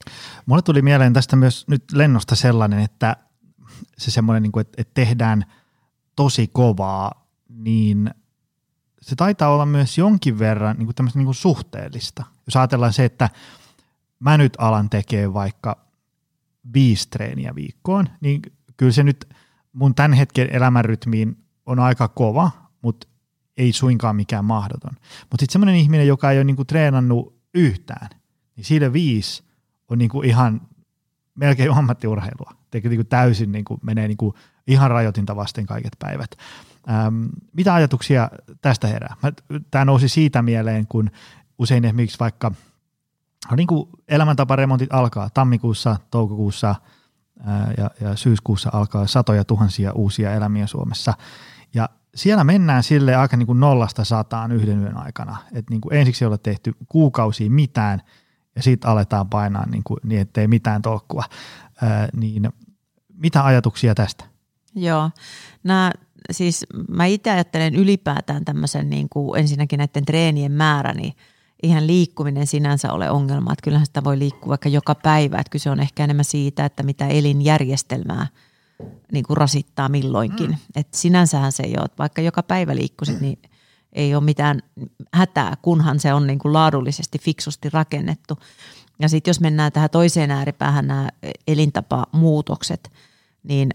Mulle tuli mieleen tästä myös nyt lennosta sellainen, että se semmoinen, niin kuin, että tehdään tosi kovaa, niin se taitaa olla myös jonkin verran niin kuin tämmöistä niin kuin suhteellista. Jos ajatellaan se, että mä nyt alan tekemään vaikka 5 treeniä viikkoon, niin kyllä se nyt mun tämän hetken elämänrytmiin on aika kova, mutta ei suinkaan mikään mahdoton. Mutta sitten semmoinen ihminen, joka ei ole niinku treenannut yhtään, niin sille 5 on niinku ihan melkein ammattiurheilua. Niinku täysin niinku menee niinku ihan rajoitinta vasten kaiket päivät. Mitä ajatuksia tästä herää? Tämä nousi siitä mieleen, kun usein esimerkiksi vaikka niinku elämäntaparemontit alkaa tammikuussa, toukokuussa ja syyskuussa alkaa satoja tuhansia uusia elämiä Suomessa. Ja siellä mennään sille aika niin kuin 0–100 yhden yön aikana. Että niin kuin ensiksi ei ole tehty kuukausia mitään ja sitten aletaan painaa niin ettei mitään tolkkua. Niin mitä ajatuksia tästä? Joo, siis mä itse ajattelen ylipäätään tämmöisen niin kuin ensinnäkin näiden treenien määrä, niin eihän liikkuminen sinänsä ole ongelma. Että kyllähän sitä voi liikkua vaikka joka päivä. Että kyse on ehkä enemmän siitä, että mitä elinjärjestelmää niin kuin rasittaa milloinkin. Että sinänsähän se ei ole, että vaikka joka päivä liikkuisit, niin ei ole mitään hätää, kunhan se on niin kuin laadullisesti fiksusti rakennettu. Ja sitten jos mennään tähän toiseen ääripäähän nämä elintapamuutokset, niin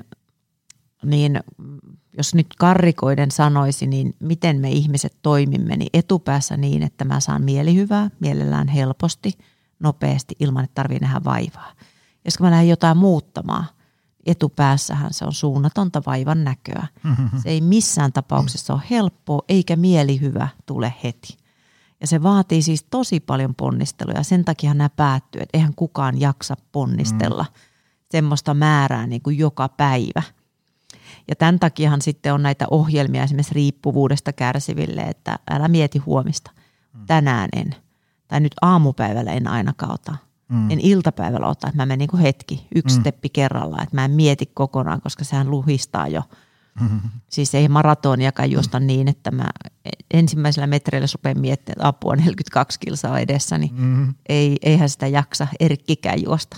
jos nyt karrikoiden sanoisi, niin miten me ihmiset toimimme, niin etupäässä niin, että mä saan mielihyvää, mielellään helposti, nopeasti, ilman että tarvitsee nähdä vaivaa. Jos mä lähden jotain muuttamaan, etupäässähän se on suunnatonta vaivan näköä. Se ei missään tapauksessa ole helppoa, eikä mielihyvä tule heti. Ja se vaatii siis tosi paljon ponnistelua, ja sen takia nämä päättyy, että eihän kukaan jaksa ponnistella semmoista määrää niin kuin joka päivä. Ja tämän takiahan sitten on näitä ohjelmia esimerkiksi riippuvuudesta kärsiville, että älä mieti huomista. Tänään en. Tai nyt aamupäivällä en ainakaan ota. En iltapäivällä ota, että mä menen niin kuin hetki, yksi steppi kerrallaan, että mä en mieti kokonaan, koska sehän luhistaa jo. Siis ei maratoniakaan juosta niin, että mä ensimmäisellä metreillä rupean miettimään, että apua 42 kilsaa edessä, niin eihän sitä jaksa Erkkikään juosta.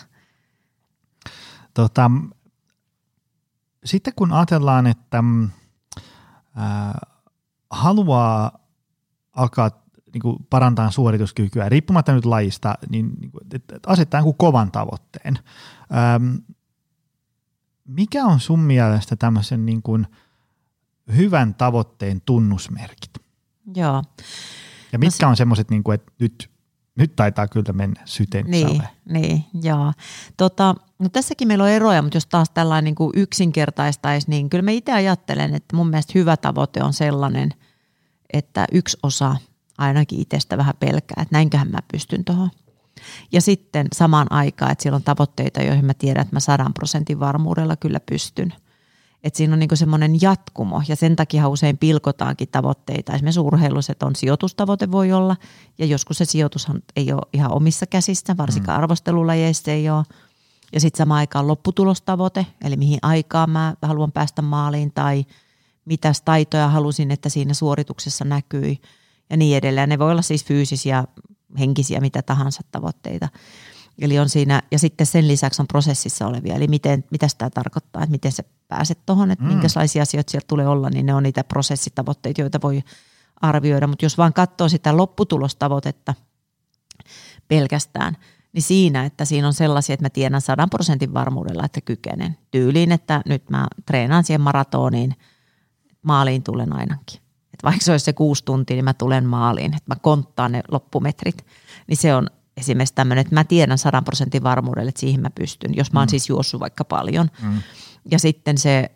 Sitten kun ajatellaan, että haluaa alkaa niin parantaa suorituskykyä, riippumatta nyt lajista, niin asettaa kovan tavoitteen. Mikä on sun mielestä tämmöisen niin kuin hyvän tavoitteen tunnusmerkit? Joo. Ja mitkä on semmoiset, niin kuin, että nyt taitaa kyllä mennä syteen saleen? Niin, joo. No tässäkin meillä on eroja, mutta jos taas tällainen niin kuin yksinkertaistaisi, niin kyllä mä itse ajattelen, että mun mielestä hyvä tavoite on sellainen, että yksi osa ainakin itsestä vähän pelkää, että näinköhän mä pystyn tuohon. Ja sitten samaan aikaan, että siellä on tavoitteita, joihin mä tiedän, että mä 100% varmuudella kyllä pystyn. Että siinä on niinku semmoinen jatkumo ja sen takia usein pilkotaankin tavoitteita. Esimerkiksi urheilussa, että on sijoitustavoite voi olla ja joskus se sijoitushan ei ole ihan omissa käsissä, varsinkaan arvostelulajeissa ei ole. Ja sitten samaan aikaan lopputulostavoite, eli mihin aikaan mä haluan päästä maaliin tai mitä taitoja halusin, että siinä suorituksessa näkyi ja niin edelleen. Ne voi olla siis fyysisiä, henkisiä, mitä tahansa tavoitteita. Eli on siinä, ja sitten sen lisäksi on prosessissa olevia, eli mitä sitä tarkoittaa, että miten sä pääset tuohon, että minkälaisia asioita sieltä tulee olla, niin ne on niitä prosessitavoitteita, joita voi arvioida. Mutta jos vaan katsoo sitä lopputulostavoitetta pelkästään, niin siinä, että siinä on sellaisia, että mä tiedän 100% varmuudella, että kykenen tyyliin, että nyt mä treenaan siihen maratoniin, maaliin tulen ainakin. Että vaikka se olisi se 6 tuntia, niin mä tulen maaliin, että mä konttaan ne loppumetrit, niin se on esimerkiksi tämmöinen, että mä tiedän 100% varmuudella, että siihen mä pystyn, jos mä oon siis juossut vaikka paljon. Ja sitten se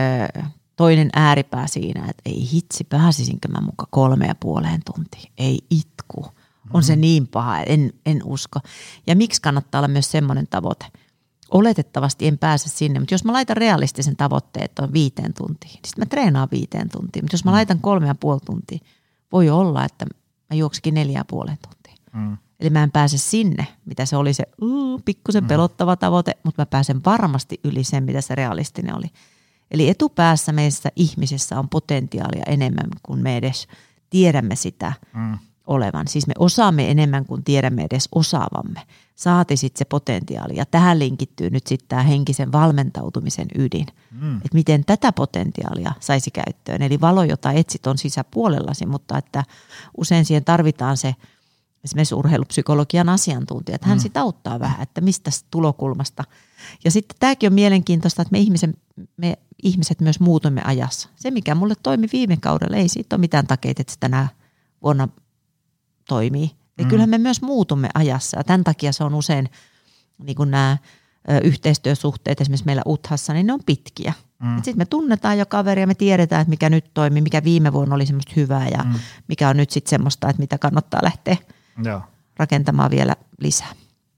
toinen ääripää siinä, että ei hitsi, pääsisinkö mä mukaan 3,5 tuntia. Ei itku. On se niin paha, en usko. Ja miksi kannattaa olla myös semmoinen tavoite? Oletettavasti en pääse sinne, mutta jos mä laitan realistisen tavoitteen, että on 5 tuntia, niin sitten mä treenaan 5 tuntia. Mutta jos mä laitan 3,5 tuntia, voi olla, että mä juoksikin 4,5 tuntia. Eli mä en pääse sinne, mitä se oli se pikkusen pelottava tavoite, mutta mä pääsen varmasti yli sen, mitä se realistinen oli. Eli etupäässä meissä ihmisissä on potentiaalia enemmän kuin me edes tiedämme sitä olevan. Siis me osaamme enemmän kuin tiedämme edes osaavamme. Saati sitten se potentiaali. Ja tähän linkittyy nyt sitten tämä henkisen valmentautumisen ydin. Että miten tätä potentiaalia saisi käyttöön. Eli valo, jota etsit, on sisäpuolellasi, mutta että usein siihen tarvitaan se esimerkiksi urheilupsykologian asiantuntija, että hän sitä auttaa vähän, että mistä tulokulmasta. Ja sitten tämäkin on mielenkiintoista, että me ihmiset myös muutumme ajassa. Se, mikä mulle toimi viime kaudella, ei siitä ole mitään takeita, että se tänä vuonna toimii. Eli kyllähän me myös muutumme ajassa ja tämän takia se on usein niin kuin nämä yhteistyösuhteet esimerkiksi meillä UTHassa, niin ne on pitkiä. Sitten me tunnetaan jo kaveria, me tiedetään, että mikä nyt toimii, mikä viime vuonna oli semmoista hyvää ja mikä on nyt sitten semmoista, että mitä kannattaa lähteä rakentamaan vielä lisää.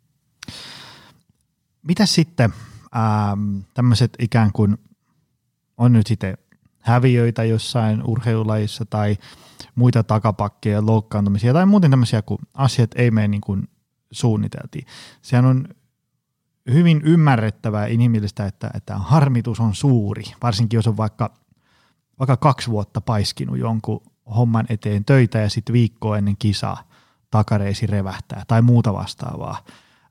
Mitä sitten tämmöiset ikään kuin on nyt sitten häviöitä jossain urheilulajissa tai muita takapakkeja, loukkaantumisia tai muuten tämmöisiä, kun asiat ei mene niin kuin suunniteltiin. Sehän on hyvin ymmärrettävää inhimillistä, että harmitus on suuri, varsinkin jos on vaikka 2 vuotta paiskinut jonkun homman eteen töitä ja sitten viikkoa ennen kisaa takareisi revähtää tai muuta vastaavaa.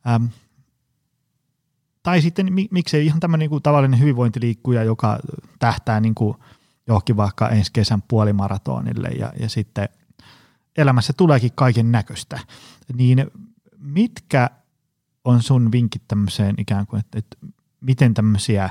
Tai sitten miksei ihan tämmöinen niin kuin tavallinen hyvinvointiliikkuja, joka tähtää niin kuin johonkin vaikka ensi kesän puolimaratonille ja sitten elämässä tuleekin kaiken näköistä. Niin mitkä on sun vinkit tämmöiseen ikään kuin, että miten tämmöisiä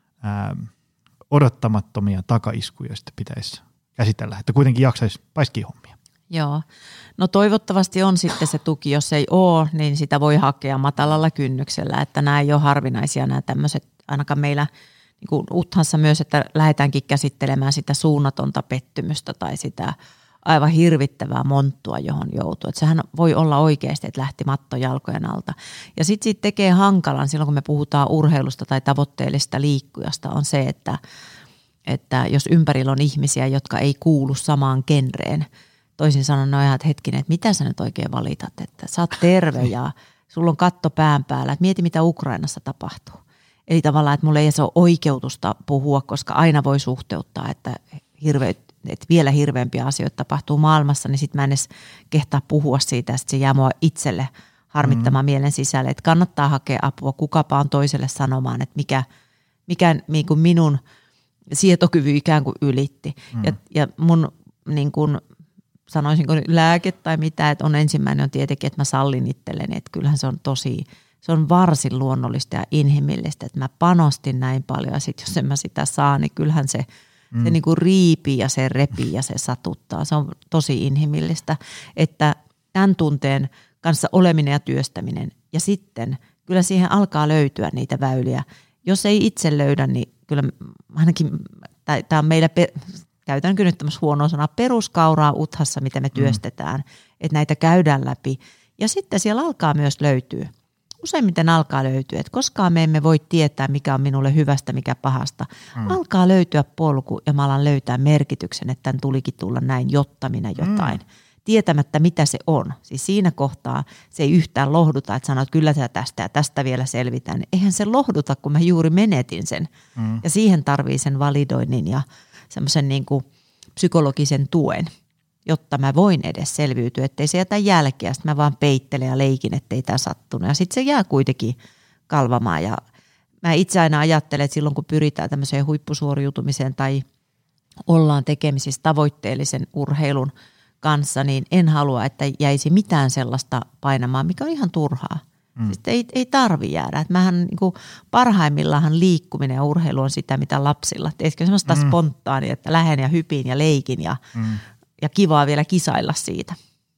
odottamattomia takaiskuja sitten pitäisi käsitellä, että kuitenkin jaksaisi paiskia hommia? Joo. No toivottavasti on sitten se tuki, jos ei ole, niin sitä voi hakea matalalla kynnyksellä, että nämä ei ole harvinaisia nämä tämmöiset, ainakaan meillä niin kuin UTHassa myös, että lähdetäänkin käsittelemään sitä suunnatonta pettymystä tai sitä aivan hirvittävää monttua, johon joutuu. Että sehän voi olla oikeasti, että lähti matto jalkojen alta. Ja sitten siitä tekee hankalan silloin, kun me puhutaan urheilusta tai tavoitteellisesta liikkujasta, on se, että jos ympärillä on ihmisiä, jotka ei kuulu samaan genreen, toisin sanoen ne on ihan, että hetkinen, että mitä sä nyt oikein valitat, että sä oot terve ja sulla on katto pään päällä, että mieti mitä Ukrainassa tapahtuu. Eli tavallaan, että mulla ei ole oikeutusta puhua, koska aina voi suhteuttaa, että vielä hirveämpiä asioita tapahtuu maailmassa, niin sitten mä en edes kehtaa puhua siitä, että se jää mua itselle harmittamaan mielen sisälle, että kannattaa hakea apua, kukapa on toiselle sanomaan, että mikä niin kuin minun sietokyvy ikään kuin ylitti. Ja mun niin kuin sanoisinko lääke tai mitä, että on ensimmäinen on tietenkin, että mä sallin itselleni, että kyllähän se on varsin luonnollista ja inhimillistä, että mä panostin näin paljon ja sitten jos en mä sitä saa, niin kyllähän se niin kuin riipii ja se repii ja se satuttaa. Se on tosi inhimillistä, että tämän tunteen kanssa oleminen ja työstäminen ja sitten kyllä siihen alkaa löytyä niitä väyliä. Jos ei itse löydä, niin kyllä ainakin, tämä on meillä, käytänkö nyt tämmöistä huonoa sanaa, peruskauraa UTHassa, mitä me työstetään, että näitä käydään läpi. Ja sitten siellä alkaa myös löytyä. Useimmiten alkaa löytyä, että koskaan me emme voi tietää, mikä on minulle hyvästä, mikä pahasta. Alkaa löytyä polku ja mä alan löytää merkityksen, että tämän tulikin tulla näin, jotta minä jotain. Tietämättä, mitä se on. Siis siinä kohtaa se ei yhtään lohduta, että sanoo, että kyllä tästä ja tästä vielä selvitään. Eihän se lohduta, kun mä juuri menetin sen. Ja siihen tarvii sen validoinnin ja semmoisen niin kuin psykologisen tuen, jotta mä voin edes selviytyä, ettei se jätä jälkeä. Sitten mä vaan peittelen ja leikin, ettei tämä sattunut. Ja sitten se jää kuitenkin kalvamaan. Ja mä itse aina ajattelen, että silloin kun pyritään tämmöiseen huippusuoriutumiseen tai ollaan tekemisissä tavoitteellisen urheilun kanssa, niin en halua, että jäisi mitään sellaista painamaan, mikä on ihan turhaa. Sitten ei tarvi jäädä. Että mähän niin kuin parhaimmillaan liikkuminen ja urheilu on sitä, mitä lapsilla. Teisikö semmoista spontaania, että lähden ja hypin ja leikin ja kivaa vielä kisailla siitä.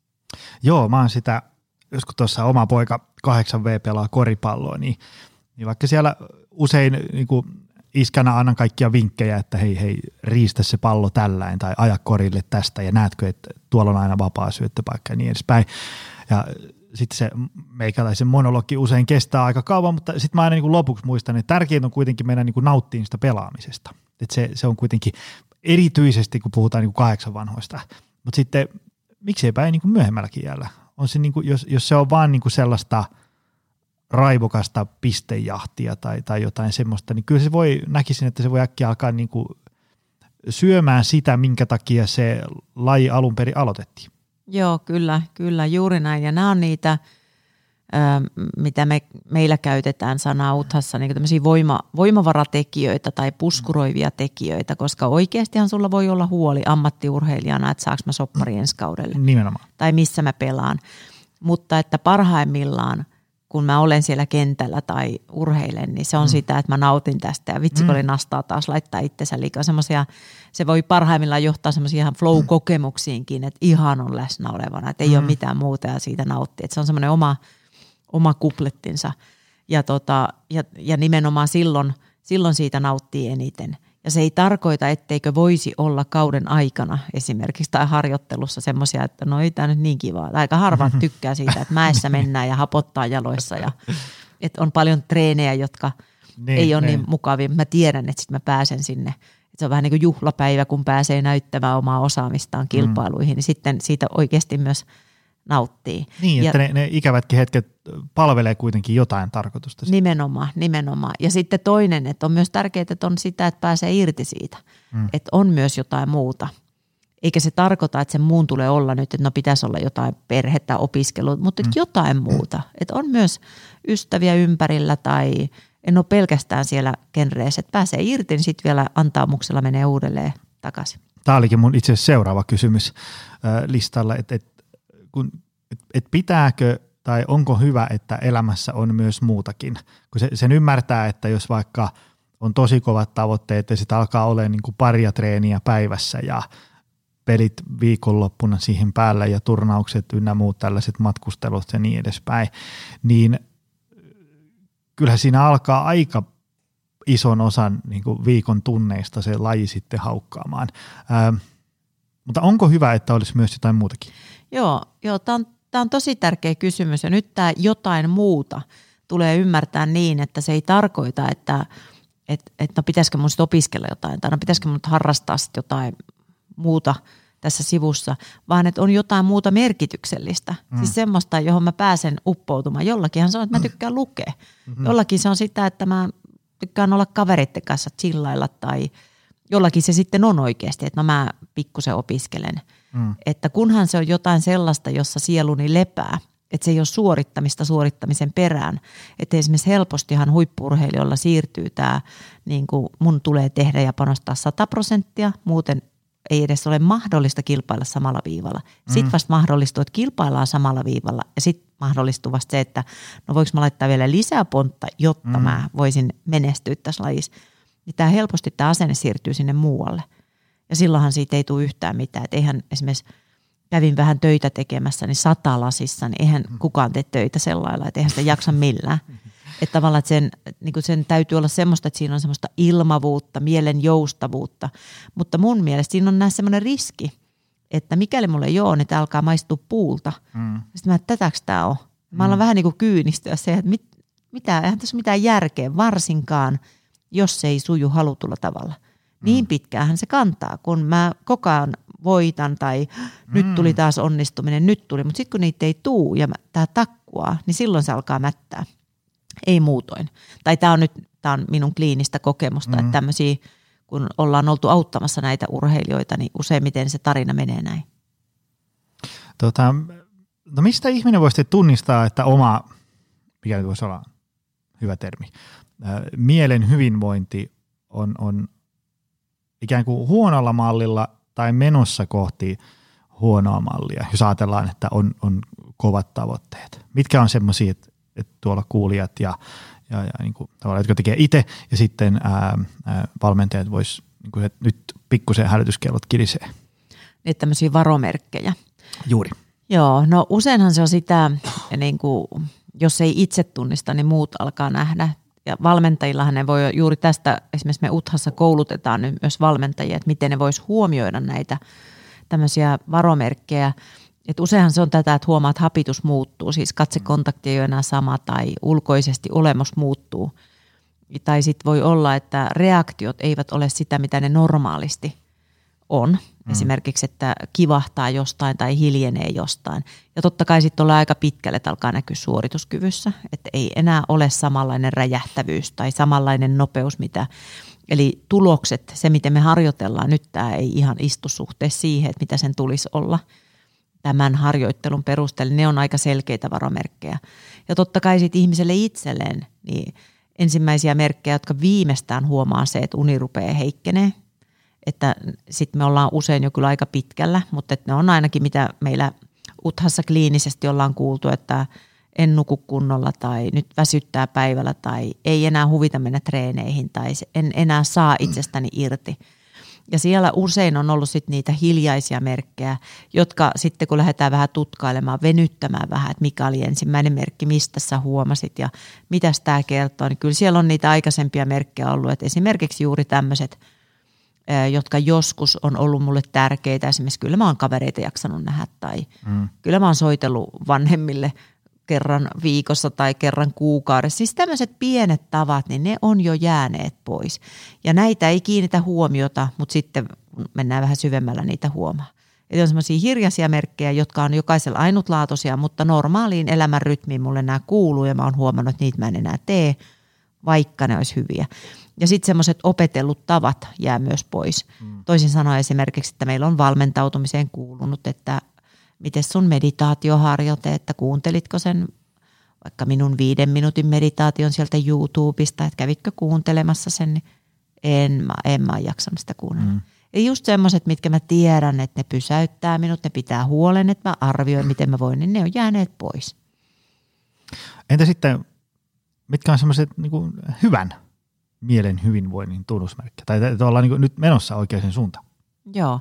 Joo, mä oon sitä, joskus tuossa oma poika 8V pelaa koripalloa, niin vaikka siellä usein niin kuin iskänä annan kaikkia vinkkejä, että hei, riistä se pallo tälläin tai aja korille tästä ja näetkö, että tuolla on aina vapaa syöttöpaikka ja niin edespäin. Ja sitten se meikäläisen monologi usein kestää aika kauan, mutta sitten mä aina niin kuin lopuksi muistan, että tärkeintä on kuitenkin mennä niin kuin nauttimaan sitä pelaamisesta. Että se on kuitenkin erityisesti, kun puhutaan niin kuin 8 vanhoista. Mutta sitten mikseipä ei niin kuin myöhemmälläkin jäällä. On se niin kuin, jos se on vaan niin kuin sellaista raivokasta pistejahtia tai jotain semmoista, niin kyllä se näkisin, että se voi äkkiä alkaa niin kuin syömään sitä, minkä takia se laji alun perin aloitettiin. Joo, kyllä, juuri näin. Ja nämä on niitä, mitä meillä käytetään sanaa uthassa, niin tämmöisiä voimavaratekijöitä tai puskuroivia tekijöitä, koska oikeastihan sulla voi olla huoli ammattiurheilijana, että saanko mä soppari ensi kaudelle. Nimenomaan. Tai missä mä pelaan. Mutta että parhaimmillaan, kun mä olen siellä kentällä tai urheilen, niin se on sitä, että mä nautin tästä. Ja vitsi, kun oli nastaa taas laittaa itsensä liikaa. Se voi parhaimmillaan johtaa semmoisia ihan flow-kokemuksiinkin, että ihan on läsnä olevana, että ei ole mitään muuta ja siitä nauttii. Että se on semmoinen oma kuplettinsa ja nimenomaan silloin siitä nauttii eniten. Ja se ei tarkoita, etteikö voisi olla kauden aikana esimerkiksi tai harjoittelussa semmoisia, että no ei tämä nyt niin kivaa. Aika harva tykkää siitä, että mäessä mennään ja hapottaa jaloissa ja että on paljon treenejä, jotka ei ole niin mukavia. Mä tiedän, että sitten mä pääsen sinne. Että se on vähän niin kuin juhlapäivä, kun pääsee näyttämään omaa osaamistaan kilpailuihin, niin sitten siitä oikeasti myös nauttii. Niin, että ne ikävätkin hetket palvelee kuitenkin jotain tarkoitusta. Nimenomaan. Ja sitten toinen, että on myös tärkeää, että on sitä, että pääsee irti siitä. Että on myös jotain muuta. Eikä se tarkoita, että sen muun tulee olla nyt, että no pitäisi olla jotain perhettä, opiskelua, mutta jotain muuta. Että on myös ystäviä ympärillä tai en ole pelkästään siellä genreessä, että pääsee irti, niin sitten vielä antaumuksella menee uudelleen takaisin. Tämä olikin mun itse asiassa seuraava kysymys listalla, että pitääkö tai onko hyvä, että elämässä on myös muutakin? Kun sen ymmärtää, että jos vaikka on tosi kovat tavoitteet ja sitten alkaa olemaan niin kuin paria treeniä päivässä ja pelit viikonloppuna siihen päälle ja turnaukset ynnä muut tällaiset matkustelut ja niin edespäin, niin kyllähän siinä alkaa aika ison osan niin kuin viikon tunneista se laji sitten haukkaamaan. Mutta onko hyvä, että olisi myös jotain muutakin? Joo, tämä on tosi tärkeä kysymys ja nyt tämä jotain muuta tulee ymmärtää niin, että se ei tarkoita, että no pitäisikö mun sitten opiskella jotain tai no pitäisikö mun harrastaa sitten jotain muuta tässä sivussa, vaan että on jotain muuta merkityksellistä. Siis semmoista, johon mä pääsen uppoutumaan. Jollakinhan se on, että mä tykkään lukea. Jollakin se on sitä, että mä tykkään olla kavereiden kanssa chillailla tai jollakin se sitten on oikeasti, että no mä pikkusen opiskelen. Että kunhan se on jotain sellaista, jossa sieluni lepää, että se ei ole suorittamista suorittamisen perään. Että esimerkiksi helpostihan huippu-urheilijoilla siirtyy tämä, niin kuin mun tulee tehdä ja panostaa 100%, muuten ei edes ole mahdollista kilpailla samalla viivalla. Sitten vasta mahdollistuu, että kilpaillaan samalla viivalla ja sitten mahdollistuu vasta se, että no voiko mä laittaa vielä lisää pontta, jotta mä voisin menestyä tässä lajissa. Niin helposti tämä asenne siirtyy sinne muualle. Ja silloinhan siitä ei tule yhtään mitään. Et eihän esimerkiksi kävin vähän töitä tekemässä, niin 100 lasissa, niin eihän kukaan tee töitä sellailla, että eihän sitä jaksa millään. Että tavallaan että sen täytyy olla semmoista, että siinä on semmoista ilmavuutta, mielen joustavuutta. Mutta mun mielestä siinä on näissä semmoinen riski, että mikäli mulla ei ole, niin tämä alkaa maistua puulta. Sitten mä, tätäks tämä on? Mä alan vähän niin kuin kyynistyä se, että eihän tässä ole mitään järkeä, varsinkaan jos se ei suju halutulla tavalla. Niin pitkäänhän se kantaa, kun mä koko ajan voitan tai nyt tuli taas onnistuminen, nyt tuli. Mutta sitten kun niitä ei tuu ja tämä takkuaa, niin silloin se alkaa mättää. Ei muutoin. Tai tämä on minun kliinistä kokemusta, että tämmöisiä, kun ollaan oltu auttamassa näitä urheilijoita, niin useimmiten se tarina menee näin. No mistä ihminen voisi tunnistaa, että oma, mikä nyt voisi olla hyvä termi, mielen hyvinvointi on ikään kuin huonolla mallilla tai menossa kohti huonoa mallia, jos ajatellaan, että on kovat tavoitteet. Mitkä on semmoisia, että tuolla kuulijat ja niin kuin, tavallaan, jotka tekee itse ja sitten valmentajat vois niin kuin, nyt pikkusen hälytyskellot kirisee. Niin tämmöisiä varomerkkejä. Juuri. Joo, no useinhan se on sitä, niin kuin, jos ei itse tunnista, niin muut alkaa nähdä. Ja valmentajillahan ne voi juuri tästä, esimerkiksi me UTHassa koulutetaan nyt myös valmentajia, että miten ne vois huomioida näitä tämmöisiä varomerkkejä. Että useinhan se on tätä, että huomaa, että hapitus muuttuu, siis katsekontakti ei ole enää sama tai ulkoisesti olemus muuttuu. Tai sitten voi olla, että reaktiot eivät ole sitä, mitä ne normaalisti on. Esimerkiksi, että kivahtaa jostain tai hiljenee jostain. Ja totta kai sitten ollaan aika pitkälle, että alkaa näkyä suorituskyvyssä, että ei enää ole samanlainen räjähtävyys tai samanlainen nopeus, eli tulokset, se miten me harjoitellaan nyt, tämä ei ihan istu suhteessa siihen, että mitä sen tulisi olla. tämän harjoittelun perusteella, ne on aika selkeitä varomerkkejä. Ja totta kai sitten ihmiselle itselleen, niin ensimmäisiä merkkejä, jotka viimeistään huomaa se, että uni rupeaa heikkenee, että sitten me ollaan usein jo kyllä aika pitkällä, mutta että ne on ainakin mitä meillä UTHassa kliinisesti ollaan kuultu, että en nuku kunnolla tai nyt väsyttää päivällä tai ei enää huvita mennä treeneihin tai en enää saa itsestäni irti. Ja siellä usein on ollut sit niitä hiljaisia merkkejä, jotka sitten kun lähdetään vähän tutkailemaan, venyttämään vähän, että mikä oli ensimmäinen merkki, mistä sä huomasit ja mitä tämä kertoo, niin kyllä siellä on niitä aikaisempia merkkejä ollut, että esimerkiksi juuri tämmöiset, jotka joskus on ollut mulle tärkeitä, esimerkiksi kyllä mä oon kavereita jaksanut nähdä tai kyllä mä oon soitellut vanhemmille kerran viikossa tai kerran kuukaudessa. Siis tämmöiset pienet tavat, niin ne on jo jääneet pois. Ja näitä ei kiinnitä huomiota, mutta sitten mennään vähän syvemmällä niitä huomaa. Eli on semmoisia hiljaisia merkkejä, jotka on jokaisella ainutlaatuisia, mutta normaaliin elämän rytmiin mulle nämä kuuluu ja mä oon huomannut, että niitä mä en enää tee, vaikka ne olisi hyviä. Ja sitten semmoiset opetellut tavat jää myös pois. Toisin sanoen esimerkiksi, että meillä on valmentautumiseen kuulunut, että miten sun meditaatioharjoite, että kuuntelitko sen vaikka minun 5 minuutin meditaation sieltä YouTubesta, että kävitkö kuuntelemassa sen, niin en mä jaksanut sitä kuunnella. Ja just semmoiset, mitkä mä tiedän, että ne pysäyttää minut, ne pitää huolen, että mä arvioin, miten mä voin, niin ne on jääneet pois. Entä sitten, mitkä on semmoiset niin kuin hyvän mielen hyvinvoinnin tunnusmerkkejä? Tai että ollaan niin kuin nyt menossa oikeaan suuntaan? Joo,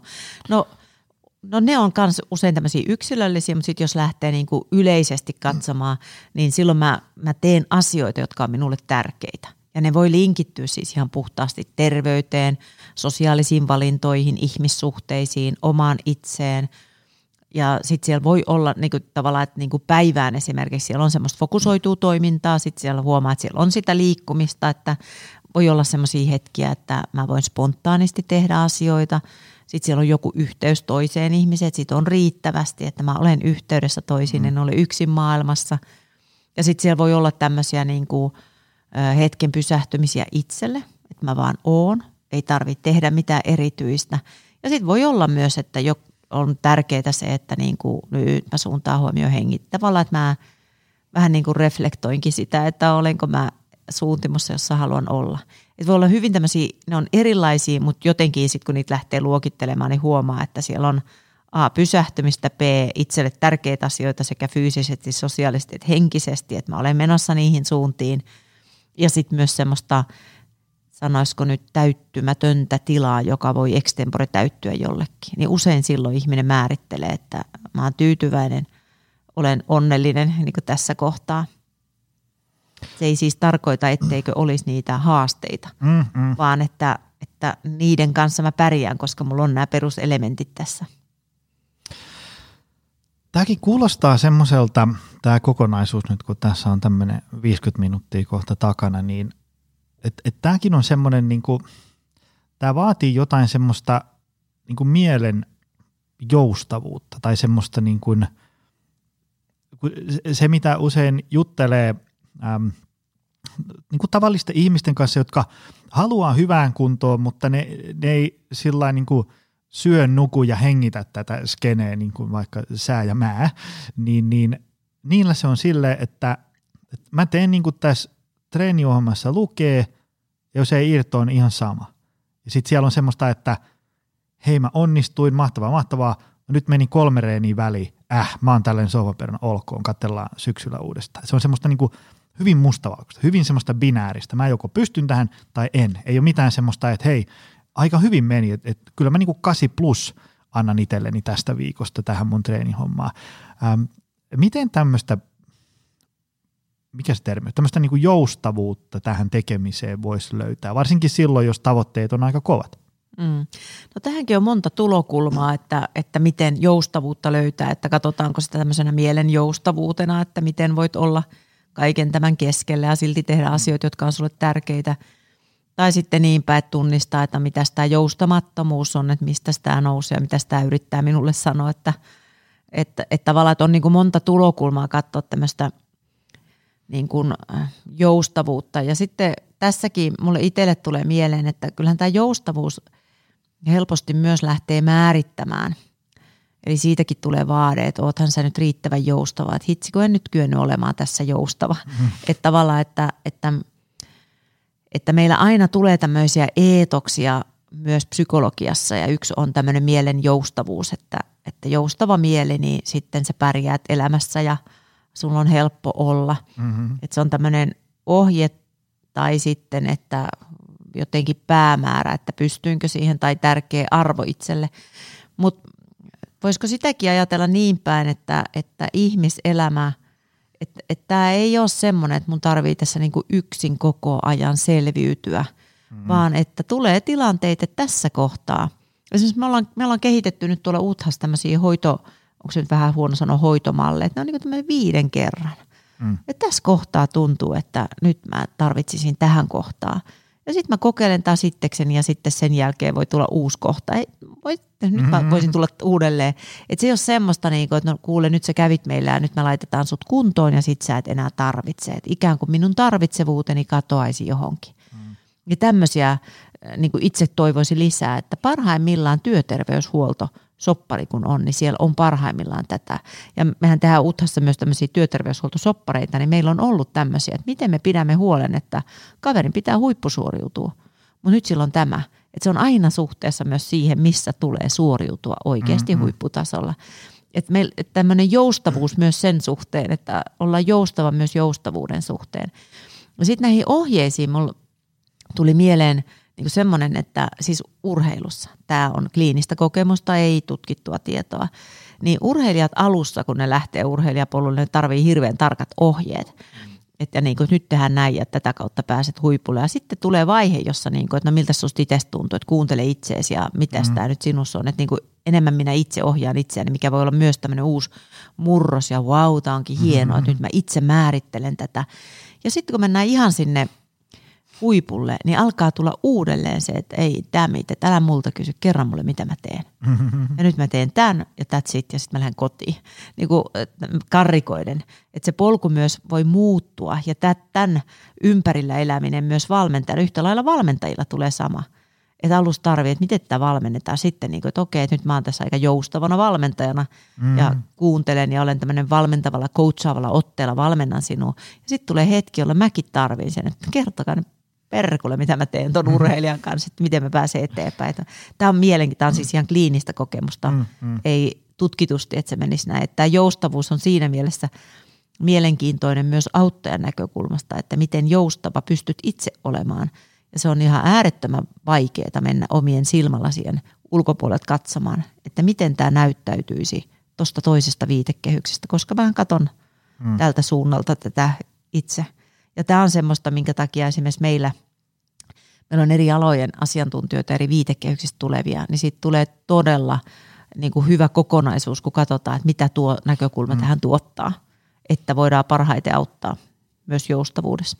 No ne on myös usein tämmöisiä yksilöllisiä, mutta sitten jos lähtee niin kuin yleisesti katsomaan, niin silloin mä teen asioita, jotka on minulle tärkeitä. Ja ne voi linkittyä siis ihan puhtaasti terveyteen, sosiaalisiin valintoihin, ihmissuhteisiin, omaan itseen. Ja sitten siellä voi olla niin kuin, tavallaan, että niin kuin päivään esimerkiksi siellä on semmoista fokusoitua toimintaa, sitten siellä huomaa, että siellä on sitä liikkumista, että voi olla semmoisia hetkiä, että mä voin spontaanisti tehdä asioita. Sitten siellä on joku yhteys toiseen ihmiseen, että siitä on riittävästi, että mä olen yhteydessä toisiin, en ole yksin maailmassa. Ja sitten siellä voi olla tämmöisiä niin kuin hetken pysähtymisiä itselle, että mä vaan oon, ei tarvitse tehdä mitään erityistä. Ja sitten voi olla myös, että on tärkeää se, että niin kuin nyt mä suuntaan huomioon hengittävällä, että mä vähän niin kuin reflektoinkin sitä, että olenko mä suuntimossa, jossa haluan olla. Et voi olla hyvin tämmöisiä, ne on erilaisia, mutta jotenkin sitten kun niitä lähtee luokittelemaan, niin huomaa, että siellä on A, pysähtymistä, B, itselle tärkeitä asioita sekä fyysisesti, sosiaalisesti että henkisesti, että mä olen menossa niihin suuntiin. Ja sitten myös semmoista, sanoisiko nyt täyttymätöntä tilaa, joka voi extempore täyttyä jollekin. Niin usein silloin ihminen määrittelee, että mä oon tyytyväinen, olen onnellinen niin kuin tässä kohtaa. Se ei siis tarkoita, etteikö olisi niitä haasteita, vaan että niiden kanssa mä pärjään, koska mulla on nämä peruselementit tässä. Tämäkin kuulostaa semmoiselta, tämä kokonaisuus nyt, kun tässä on tämmöinen 50 minuuttia kohta takana, niin että tämäkin on semmoinen, niin kuin, tämä vaatii jotain semmoista niin kuin mielen joustavuutta tai semmoista niin kuin, se, mitä usein juttelee niin kuin tavallisten ihmisten kanssa, jotka haluaa hyvään kuntoon, mutta ne ei sillä niin kuin syö, nuku ja hengitä tätä skeneä, niin kuin vaikka sää ja mä, niin niillä se on silleen, että mä teen niin kuin tässä treeniohjelmassa lukee, ja jos ei irtoa, niin ihan sama. Ja sitten siellä on semmoista, että hei mä onnistuin, mahtavaa, nyt meni 3 reeniä väliin, mä oon tällainen sohvaperuna, olkoon, katsellaan syksyllä uudestaan. Se on semmoista niin kuin hyvin mustavalkoista, hyvin semmoista binääristä. Mä joko pystyn tähän tai en. Ei ole mitään semmoista, että hei, aika hyvin meni, että kyllä mä niinku 8+ annan itselleni tästä viikosta tähän mun treenihommaan. Miten tämmöistä, mikä se termi, tämmöistä niinku joustavuutta tähän tekemiseen voisi löytää, varsinkin silloin, jos tavoitteet on aika kovat? No tähänkin on monta tulokulmaa, että miten joustavuutta löytää, että katsotaanko sitä tämmöisenä mielen joustavuutena, että miten voit olla kaiken tämän keskellä ja silti tehdä asioita, jotka on sulle tärkeitä. Tai sitten niinpä, että tunnistaa, että mitä tämä joustamattomuus on, että mistä tämä nousee ja mitä tämä yrittää minulle sanoa. Että tavallaan että on niin kuin monta tulokulmaa katsoa tämmöistä niin kuin joustavuutta. Ja sitten tässäkin mulle itselle tulee mieleen, että kyllähän tämä joustavuus helposti myös lähtee määrittämään. Eli siitäkin tulee vaade, että oothan sä nyt riittävän joustava, että hitsi kun en nyt kyennyt olemaan tässä joustava. Että tavallaan, että meillä aina tulee tämmöisiä eetoksia myös psykologiassa ja yksi on tämmöinen mielen joustavuus, että joustava mieli, niin sitten sä pärjäät elämässä ja sulla on helppo olla. Että se on tämmöinen ohje tai sitten, että jotenkin päämäärä, että pystyinkö siihen tai tärkeä arvo itselle. Mutta voisiko sitäkin ajatella niin päin, että ihmiselämä, että tämä ei ole semmoinen, että mun tarvii tässä niinku yksin koko ajan selviytyä, vaan että tulee tilanteita että tässä kohtaa. Esimerkiksi me ollaan kehitetty nyt tuolla UTHassa tämmöisiä onko se nyt vähän huono sanoa hoitomalleja, että ne on niin kuin 5 kerran. Että tässä kohtaa tuntuu, että nyt mä tarvitsisin tähän kohtaan. Ja sitten mä kokeilen taas itsekseni ja sitten sen jälkeen voi tulla uusi kohta. Nyt mä voisin tulla uudelleen. Että se ei ole semmoista, että no kuule nyt sä kävit meillä ja nyt me laitetaan sut kuntoon ja sit sä et enää tarvitse. Et ikään kuin minun tarvitsevuuteni katoaisi johonkin. Ja tämmöisiä niin kuin itse toivoisin lisää, että parhaimmillaan työterveyshuolto soppari kun on, niin siellä on parhaimmillaan tätä. Ja mehän tehdään UTHassa myös tämmöisiä työterveyshuoltosoppareita, niin meillä on ollut tämmöisiä, että miten me pidämme huolen, että kaverin pitää huippusuoriutua. Mutta nyt silloin tämä, että se on aina suhteessa myös siihen, missä tulee suoriutua oikeasti huipputasolla. Että tämmöinen joustavuus myös sen suhteen, että ollaan joustava myös joustavuuden suhteen. Ja sitten näihin ohjeisiin mulla tuli mieleen niin semmoinen, että siis urheilussa, tämä on kliinistä kokemusta, ei tutkittua tietoa, niin urheilijat alussa, kun ne lähtee urheilijapolulle, ne tarvii hirveän tarkat ohjeet. Että niin kuin, nyt tehdään näin ja tätä kautta pääset huipulle. Ja sitten tulee vaihe, jossa niin kuin, että no miltä susta itsestä tuntuu, että kuuntele itseesi ja mitä tämä nyt sinussa on. Että niin kuin, enemmän minä itse ohjaan itseäni, mikä voi olla myös tämmöinen uusi murros ja vau, tämä onkin hienoa, että nyt mä itse määrittelen tätä. Ja sitten kun mennään ihan sinne huipulle, niin alkaa tulla uudelleen se, että ei dammit, että älä multa kysy, kerran mulle mitä mä teen. Ja nyt mä teen tämän ja that's it ja sitten mä lähden kotiin. Niin kuin karrikoiden, että se polku myös voi muuttua ja tämän ympärillä eläminen myös valmentajalla, yhtä lailla valmentajilla tulee sama. Että alussa tarvii, että miten tätä valmennetaan sitten, niin kuin, että okei, että nyt mä oon tässä aika joustavana valmentajana ja kuuntelen ja olen tämmöinen valmentavalla, coachaavalla otteella, valmennan sinua. Ja sitten tulee hetki, jolla mäkin tarvitsen sen, että kertokaa nyt perkulle, mitä mä teen ton urheilijan kanssa, että miten mä pääsen eteenpäin. Tämä on mielenkiintoista, tämä on siis ihan kliinistä kokemusta, ei tutkitusti, että se menisi näin. Tämä joustavuus on siinä mielessä mielenkiintoinen myös auttajan näkökulmasta, että miten joustava pystyt itse olemaan. Ja se on ihan äärettömän vaikeaa mennä omien silmälasien ulkopuolelta katsomaan, että miten tämä näyttäytyisi tuosta toisesta viitekehyksestä, koska mä katson tältä suunnalta tätä itse. Ja tämä on semmoista, minkä takia esimerkiksi meillä on eri alojen asiantuntijoita, eri viitekehyksistä tulevia, niin siitä tulee todella niin kuin hyvä kokonaisuus, kun katsotaan, että mitä tuo näkökulma tähän tuottaa, että voidaan parhaiten auttaa myös joustavuudessa.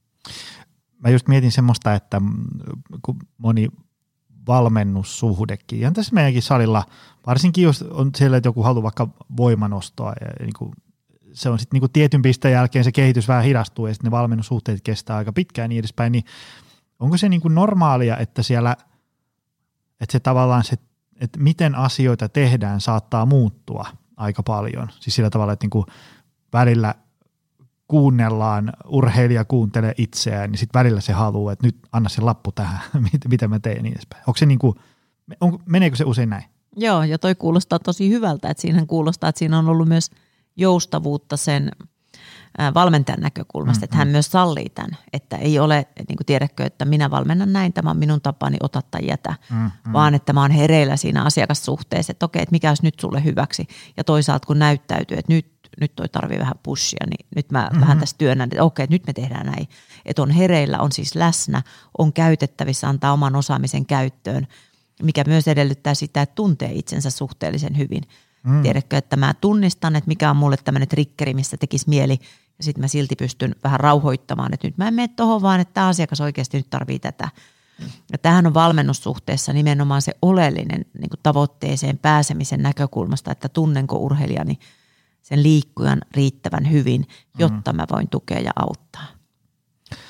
Mä just mietin semmoista, että kun moni valmennussuhdekin, ihan tässä meidänkin salilla, varsinkin jos on siellä, että joku haluaa vaikka voimanostoa ja niin kuin se on sitten niin kuin tietyn pisteen jälkeen se kehitys vähän hidastuu ja sitten ne valmennussuhteet kestää aika pitkään ja niin edespäin, niin onko se niin kuin normaalia, että siellä, että se tavallaan se, että miten asioita tehdään saattaa muuttua aika paljon, siis sillä tavalla, että niin kuin välillä kuunnellaan, urheilija kuuntelee itseään, niin sitten välillä se haluaa, että nyt anna se lappu tähän, mitä mä teen niin edespäin. Onko se niin kuin, meneekö se usein näin? Joo, ja toi kuulostaa tosi hyvältä, että siinähän kuulostaa, että siinä on ollut myös joustavuutta sen valmentajan näkökulmasta, että hän myös sallii tämän, että ei ole, niin kuin tiedätkö, että minä valmennan näin, tämä on minun tapani, ota tai jätä, vaan että mä oon hereillä siinä asiakassuhteessa, että okei, että mikä olisi nyt sulle hyväksi, ja toisaalta kun näyttäytyy, että nyt toi tarvii vähän pushia, niin nyt mä vähän tässä työnnän, että okei, nyt me tehdään näin, että on hereillä, on siis läsnä, on käytettävissä, antaa oman osaamisen käyttöön, mikä myös edellyttää sitä, että tuntee itsensä suhteellisen hyvin. Tiedätkö, että mä tunnistan, että mikä on mulle tämmöinen triggeri, missä tekisi mieli, ja sitten mä silti pystyn vähän rauhoittamaan, että nyt mä en mene tohon, vaan että tämä asiakas oikeasti nyt tarvii tätä. Ja tämähän on valmennussuhteessa nimenomaan se oleellinen niin kuin tavoitteeseen pääsemisen näkökulmasta, että tunnenko urheilijani sen liikkujan riittävän hyvin, jotta mä voin tukea ja auttaa.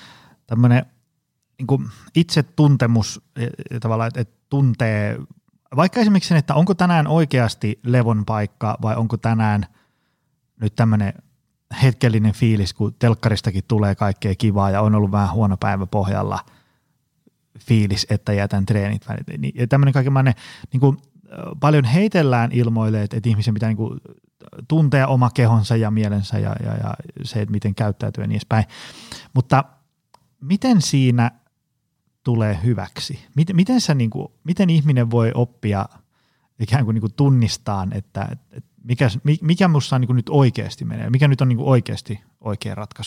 Tämmöinen niin kuin itsetuntemus tavallaan, että tuntee vaikka esimerkiksi sen, että onko tänään oikeasti levon paikka vai onko tänään nyt tämmöinen hetkellinen fiilis, kun telkkaristakin tulee kaikkea kivaa ja on ollut vähän huono päivä pohjalla fiilis, että jätän treenit väliin. Ja tämmöinen kaikenlainen, niin kuin paljon heitellään ilmoille, että ihmisen pitää niin kuin tuntea oma kehonsa ja mielensä ja se, että miten käyttäytyy ja niin edespäin. Mutta miten siinä tulee hyväksi? Miten ihminen voi oppia ikään kuin, tunnistaa, että mikä minussa niin nyt oikeasti menee, mikä nyt on niin oikeasti oikea ratkaisu?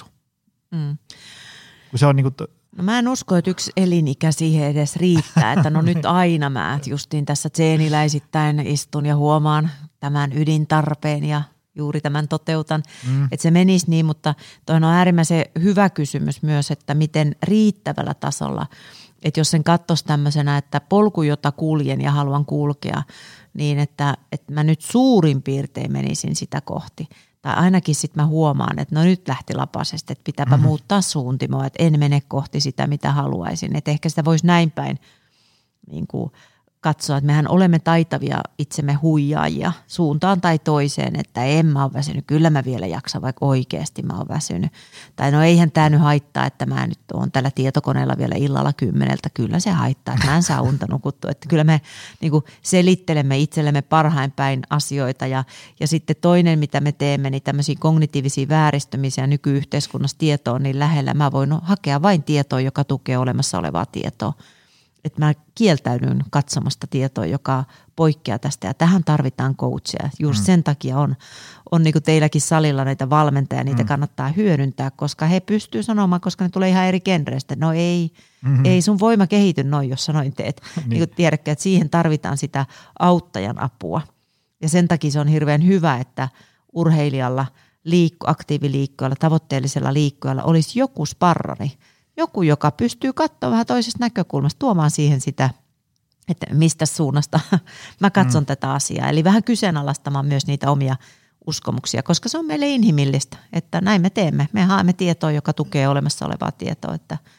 Kun se on No mä en usko, että yksi elinikä siihen edes riittää, että no nyt aina mä justiin tässä tseeniläisittäin istun ja huomaan tämän ydintarpeen ja juuri tämän toteutan, että se menisi niin, mutta toi on äärimmäisen hyvä kysymys myös, että miten riittävällä tasolla, että jos sen katsoisi tämmöisenä, että polku, jota kuljen ja haluan kulkea, niin että mä nyt suurin piirtein menisin sitä kohti. Tai ainakin sitten mä huomaan, että no nyt lähti lapasesti, että pitääpä muuttaa suuntimoa, että en mene kohti sitä, mitä haluaisin. Että ehkä sitä voisi näin päin niin kuin katsoa, että mehän olemme taitavia itsemme huijaajia suuntaan tai toiseen, että en mä ole väsynyt, kyllä mä vielä jaksan, vaikka oikeasti mä oon väsynyt. Tai no eihän tämä nyt haittaa, että mä nyt oon tällä tietokoneella vielä illalla 10, kyllä se haittaa, että mä en saa unta nukuttua. Että kyllä me niin kuin selittelemme itsellemme parhain päin asioita ja sitten toinen, mitä me teemme, niin tämmöisiä kognitiivisia vääristymisiä nykyyhteiskunnassa tietoa on niin lähellä. Mä voin hakea vain tietoa, joka tukee olemassa olevaa tietoa. Että mä kieltäydyn katsomasta tietoa, joka poikkeaa tästä ja tähän tarvitaan coachia. Juuri sen takia on niin kuin teilläkin salilla näitä valmentajia, niitä kannattaa hyödyntää, koska he pystyy sanomaan, koska ne tulee ihan eri genreistä. No ei sun voima kehity noin, jos sä noin teet. Niin kuin tiedätkö, että siihen tarvitaan sitä auttajan apua. Ja sen takia se on hirveän hyvä, että urheilijalla, aktiiviliikkujalla, tavoitteellisella liikkujalla olisi joku sparrari. Joku, joka pystyy katsomaan vähän toisesta näkökulmasta, tuomaan siihen sitä, että mistä suunnasta mä katson tätä asiaa. Eli vähän kyseenalaistamaan myös niitä omia uskomuksia, koska se on meille inhimillistä, että näin me teemme. Me haemme tietoa, joka tukee olemassa olevaa tietoa,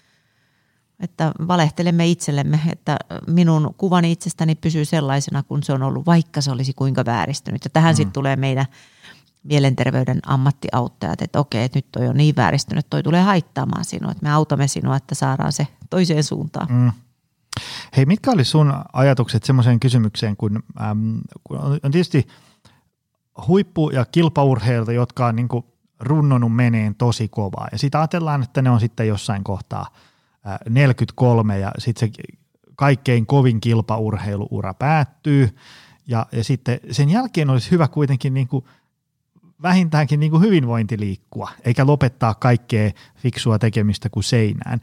että valehtelemme itsellemme, että minun kuvani itsestäni pysyy sellaisena, kun se on ollut, vaikka se olisi kuinka vääristynyt. Ja tähän sitten tulee meidän mielenterveyden ammattiauttajat, että okei, että nyt toi on niin vääristynyt, että toi tulee haittaamaan sinua, että me autamme sinua, että saadaan se toiseen suuntaan. Hei, mitkä oli sun ajatukset semmoiseen kysymykseen, kun on tietysti huippu- ja kilpaurheilijoita, jotka on niin kuin runnonut meneen tosi kovaa, ja sitten ajatellaan, että ne on sitten jossain kohtaa 43, ja sitten se kaikkein kovin kilpaurheiluura päättyy, ja sitten sen jälkeen olisi hyvä kuitenkin niin kuin vähintäänkin niin kuin hyvinvointi liikkua, eikä lopettaa kaikkea fiksua tekemistä kuin seinään.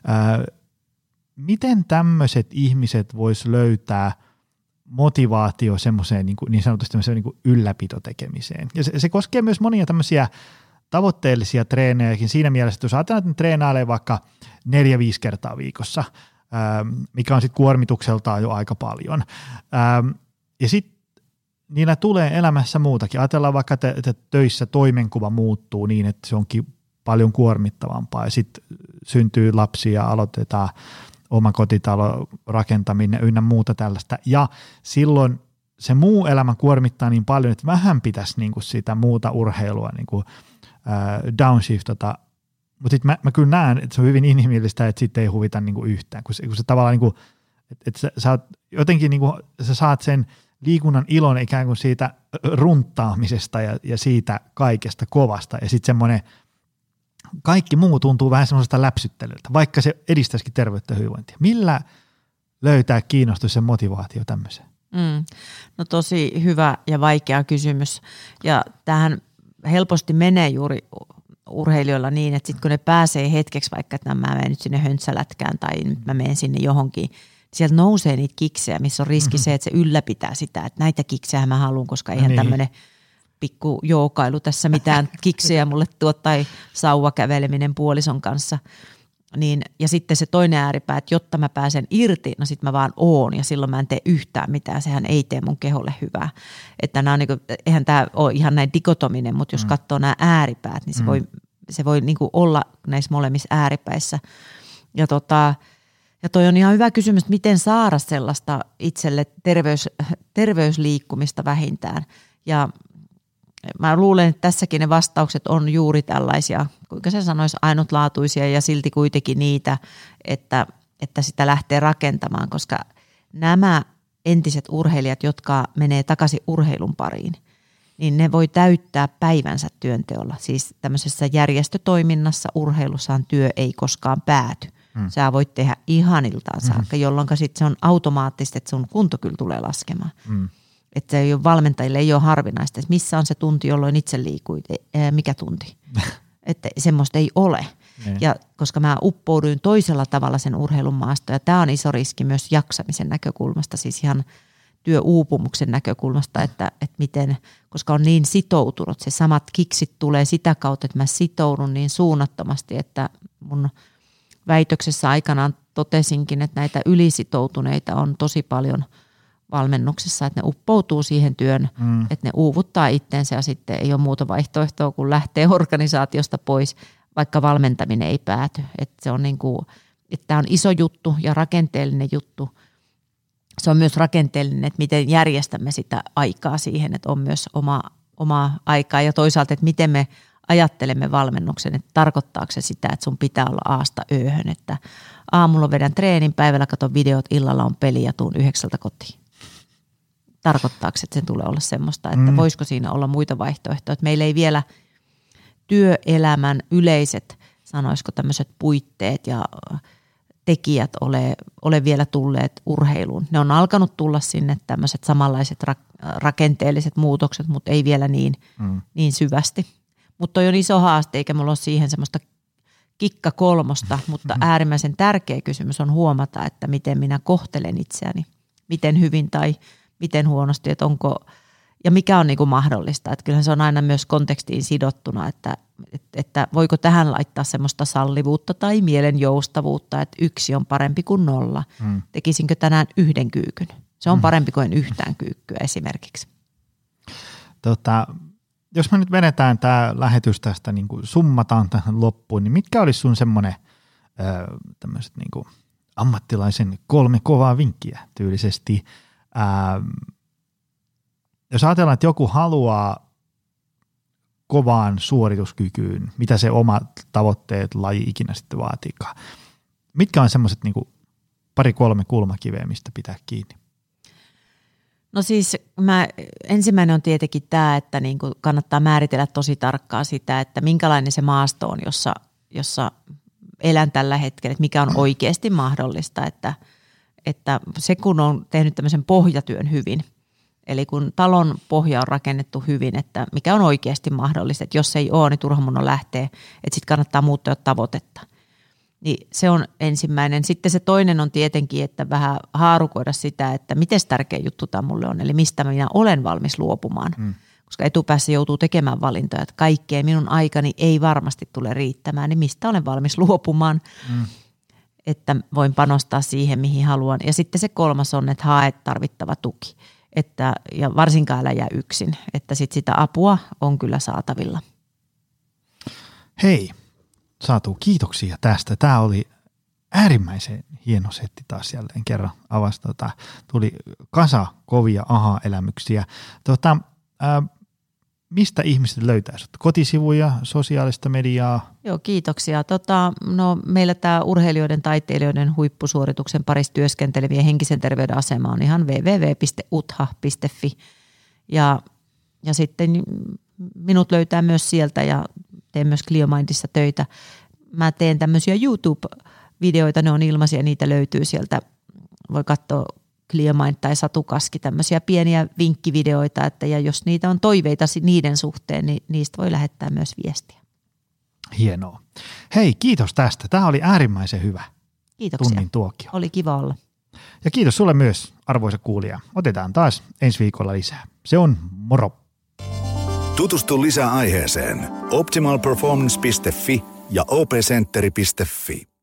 Miten tämmöiset ihmiset vois löytää motivaatio semmoiseen niin sanotusti niin kuin ylläpitotekemiseen? Ja se koskee myös monia tämmöisiä tavoitteellisia treenejäkin siinä mielessä, että jos ajatellaan, että ne treenailee vaikka 4-5 kertaa viikossa, mikä on sitten kuormitukseltaan jo aika paljon. Ja sitten niillä tulee elämässä muutakin. Ajatellaan vaikka, että töissä toimenkuva muuttuu niin, että se onkin paljon kuormittavampaa ja sitten syntyy lapsia ja aloitetaan oma kotitalo rakentaminen ynnä muuta tällaista. Ja silloin se muu elämä kuormittaa niin paljon, että vähän pitäisi niinku sitä muuta urheilua niinku, downshiftata. Mutta sitten mä kyllä näen, että se on hyvin inhimillistä, että sitten ei huvita niinku yhtään. Kun se tavallaan, niinku, että sä oot jotenkin niinku, sä saat sen liikunnan ilon ikään kuin siitä runttaamisesta ja siitä kaikesta kovasta. Ja sitten semmoinen kaikki muu tuntuu vähän semmoisesta läpsyttelyltä, vaikka se edistäisikin terveyttä ja hyvinvointia. Millä löytää kiinnostus ja motivaatio tämmöiseen? No tosi hyvä ja vaikea kysymys. Ja tähän helposti menee juuri urheilijoilla niin, että sitten kun ne pääsee hetkeksi, vaikka että mä menen nyt sinne höntsälätkään tai nyt mä menen sinne johonkin, sieltä nousee niitä kiksejä, missä on riski se, että se ylläpitää sitä, että näitä kiksejä mä haluan, koska eihän tämmöinen pikku joukailu tässä mitään kiksejä mulle tuo tai sauvakäveleminen puolison kanssa. Niin, ja sitten se toinen ääripää, että jotta mä pääsen irti, no sit mä vaan oon ja silloin mä en tee yhtään mitään, sehän ei tee mun keholle hyvää. Että nämä on niinku, eihän tämä ole ihan näin dikotominen, mutta jos katsoo nämä ääripäät, niin se voi niinku olla näissä molemmissa ääripäissä. Ja Ja toi on ihan hyvä kysymys, että miten saada sellaista itselle terveysliikkumista vähintään. Ja mä luulen, että tässäkin ne vastaukset on juuri tällaisia, kuinka se sanoisi, ainutlaatuisia ja silti kuitenkin niitä, että sitä lähtee rakentamaan, koska nämä entiset urheilijat, jotka menee takaisin urheilun pariin, niin ne voi täyttää päivänsä työnteolla. Siis tämmöisessä järjestötoiminnassa urheilussaan työ ei koskaan pääty. Sä voit tehdä ihaniltaan saakka, jolloin sitten se on automaattisesti, että sun kunto kyllä tulee laskemaan. Että se ei ole, valmentajille ei ole harvinaista, että missä on se tunti, jolloin itse liikuit, mikä tunti. Että semmoista ei ole. Ja koska mä uppouduin toisella tavalla sen urheilun maastoon, ja tämä on iso riski myös jaksamisen näkökulmasta, siis ihan työuupumuksen näkökulmasta, että miten, koska on niin sitoutunut, se samat kiksit tulee sitä kautta, että mä sitoudun niin suunnattomasti, että mun väitöksessä aikanaan totesinkin, että näitä ylisitoutuneita on tosi paljon valmennuksessa, että ne uppoutuu siihen työn, että ne uuvuttaa itteensä ja sitten ei ole muuta vaihtoehtoa kuin lähtee organisaatiosta pois, vaikka valmentaminen ei pääty. Että se on niin kuin, että tämä on iso juttu ja rakenteellinen juttu. Se on myös rakenteellinen, että miten järjestämme sitä aikaa siihen, että on myös oma aikaa ja toisaalta, että miten me ajattelemme valmennuksen, että tarkoittaako se sitä, että sun pitää olla aasta ööhön, että aamulla vedän treenin, päivällä katon videot, illalla on peli ja tuun 9 kotiin. Tarkoittaako se, että sen tulee olla semmoista, että voisiko siinä olla muita vaihtoehtoja, että meillä ei vielä työelämän yleiset, sanoisiko tämmöiset puitteet ja tekijät ole vielä tulleet urheiluun. Ne on alkanut tulla sinne tämmöiset samanlaiset rakenteelliset muutokset, mutta ei vielä niin syvästi. Mutta toi on iso haaste, eikä mulla ole siihen semmoista kikka kolmosta, mutta äärimmäisen tärkeä kysymys on huomata, että miten minä kohtelen itseäni, miten hyvin tai miten huonosti, että onko, ja mikä on niin kuin mahdollista. Että kyllähän se on aina myös kontekstiin sidottuna, että voiko tähän laittaa semmoista sallivuutta tai mielen joustavuutta, että 1 on parempi kuin 0. Tekisinkö tänään 1 kyykyn? Se on parempi kuin yhtään kyykkyä esimerkiksi. Jos me nyt vedetään tämä lähetys tästä, niin kuin summataan tähän loppuun, niin mitkä olisi sun semmoinen tämmöiset niin kuin ammattilaisen 3 kovaa vinkkiä tyylisesti? Jos ajatellaan, että joku haluaa kovaan suorituskykyyn, mitä se omat tavoitteet, laji ikinä sitten vaatiikaan. Mitkä on semmoiset niin kuin 2-3 kulmakiveä, mistä pitää kiinni? No siis ensimmäinen on tietenkin tämä, että niin kuin kannattaa määritellä tosi tarkkaan sitä, että minkälainen se maasto on, jossa elän tällä hetkellä, että mikä on oikeasti mahdollista, että se kun on tehnyt tämmöisen pohjatyön hyvin, eli kun talon pohja on rakennettu hyvin, että mikä on oikeasti mahdollista, että jos ei ole, niin turha mun on lähteä, että sitten kannattaa muuttaa tavoitetta. Niin se on ensimmäinen. Sitten se toinen on tietenkin, että vähän haarukoida sitä, että miten tärkeä juttu tämä mulle on, eli mistä minä olen valmis luopumaan. Koska etupäässä joutuu tekemään valintoja, että kaikkea minun aikani ei varmasti tule riittämään, niin mistä olen valmis luopumaan, että voin panostaa siihen, mihin haluan. Ja sitten se 3 on, että hae tarvittava tuki, ja varsinkaan älä jää yksin, että sit sitä apua on kyllä saatavilla. Hei. Saatu kiitoksia tästä. Tämä oli äärimmäisen hieno setti taas jälleen kerran. Tuli kasa kovia aha-elämyksiä. Mistä ihmiset löytää sinut? Kotisivuja, sosiaalista mediaa? Joo, kiitoksia. Meillä tämä urheilijoiden, taiteilijoiden huippusuorituksen parissa työskentelevien henkisen terveyden asema on ihan www.utha.fi. Ja sitten minut löytää myös sieltä ja teen myös Cliomindissa töitä. Mä teen tämmöisiä YouTube-videoita, ne on ilmaisia, niitä löytyy sieltä. Voi katsoa Cliomind tai Satu Kaski, tämmöisiä pieniä vinkkivideoita, ja jos niitä on toiveita niiden suhteen, niin niistä voi lähettää myös viestiä. Hienoa. Hei, kiitos tästä. Tämä oli äärimmäisen hyvä. Kiitoksia. Tunnin tuokio. Oli kiva olla. Ja kiitos sulle myös, arvoisa kuulija. Otetaan taas ensi viikolla lisää. Se on moro. Tutustu lisää aiheeseen optimalperformance.fi ja opcenteri.fi.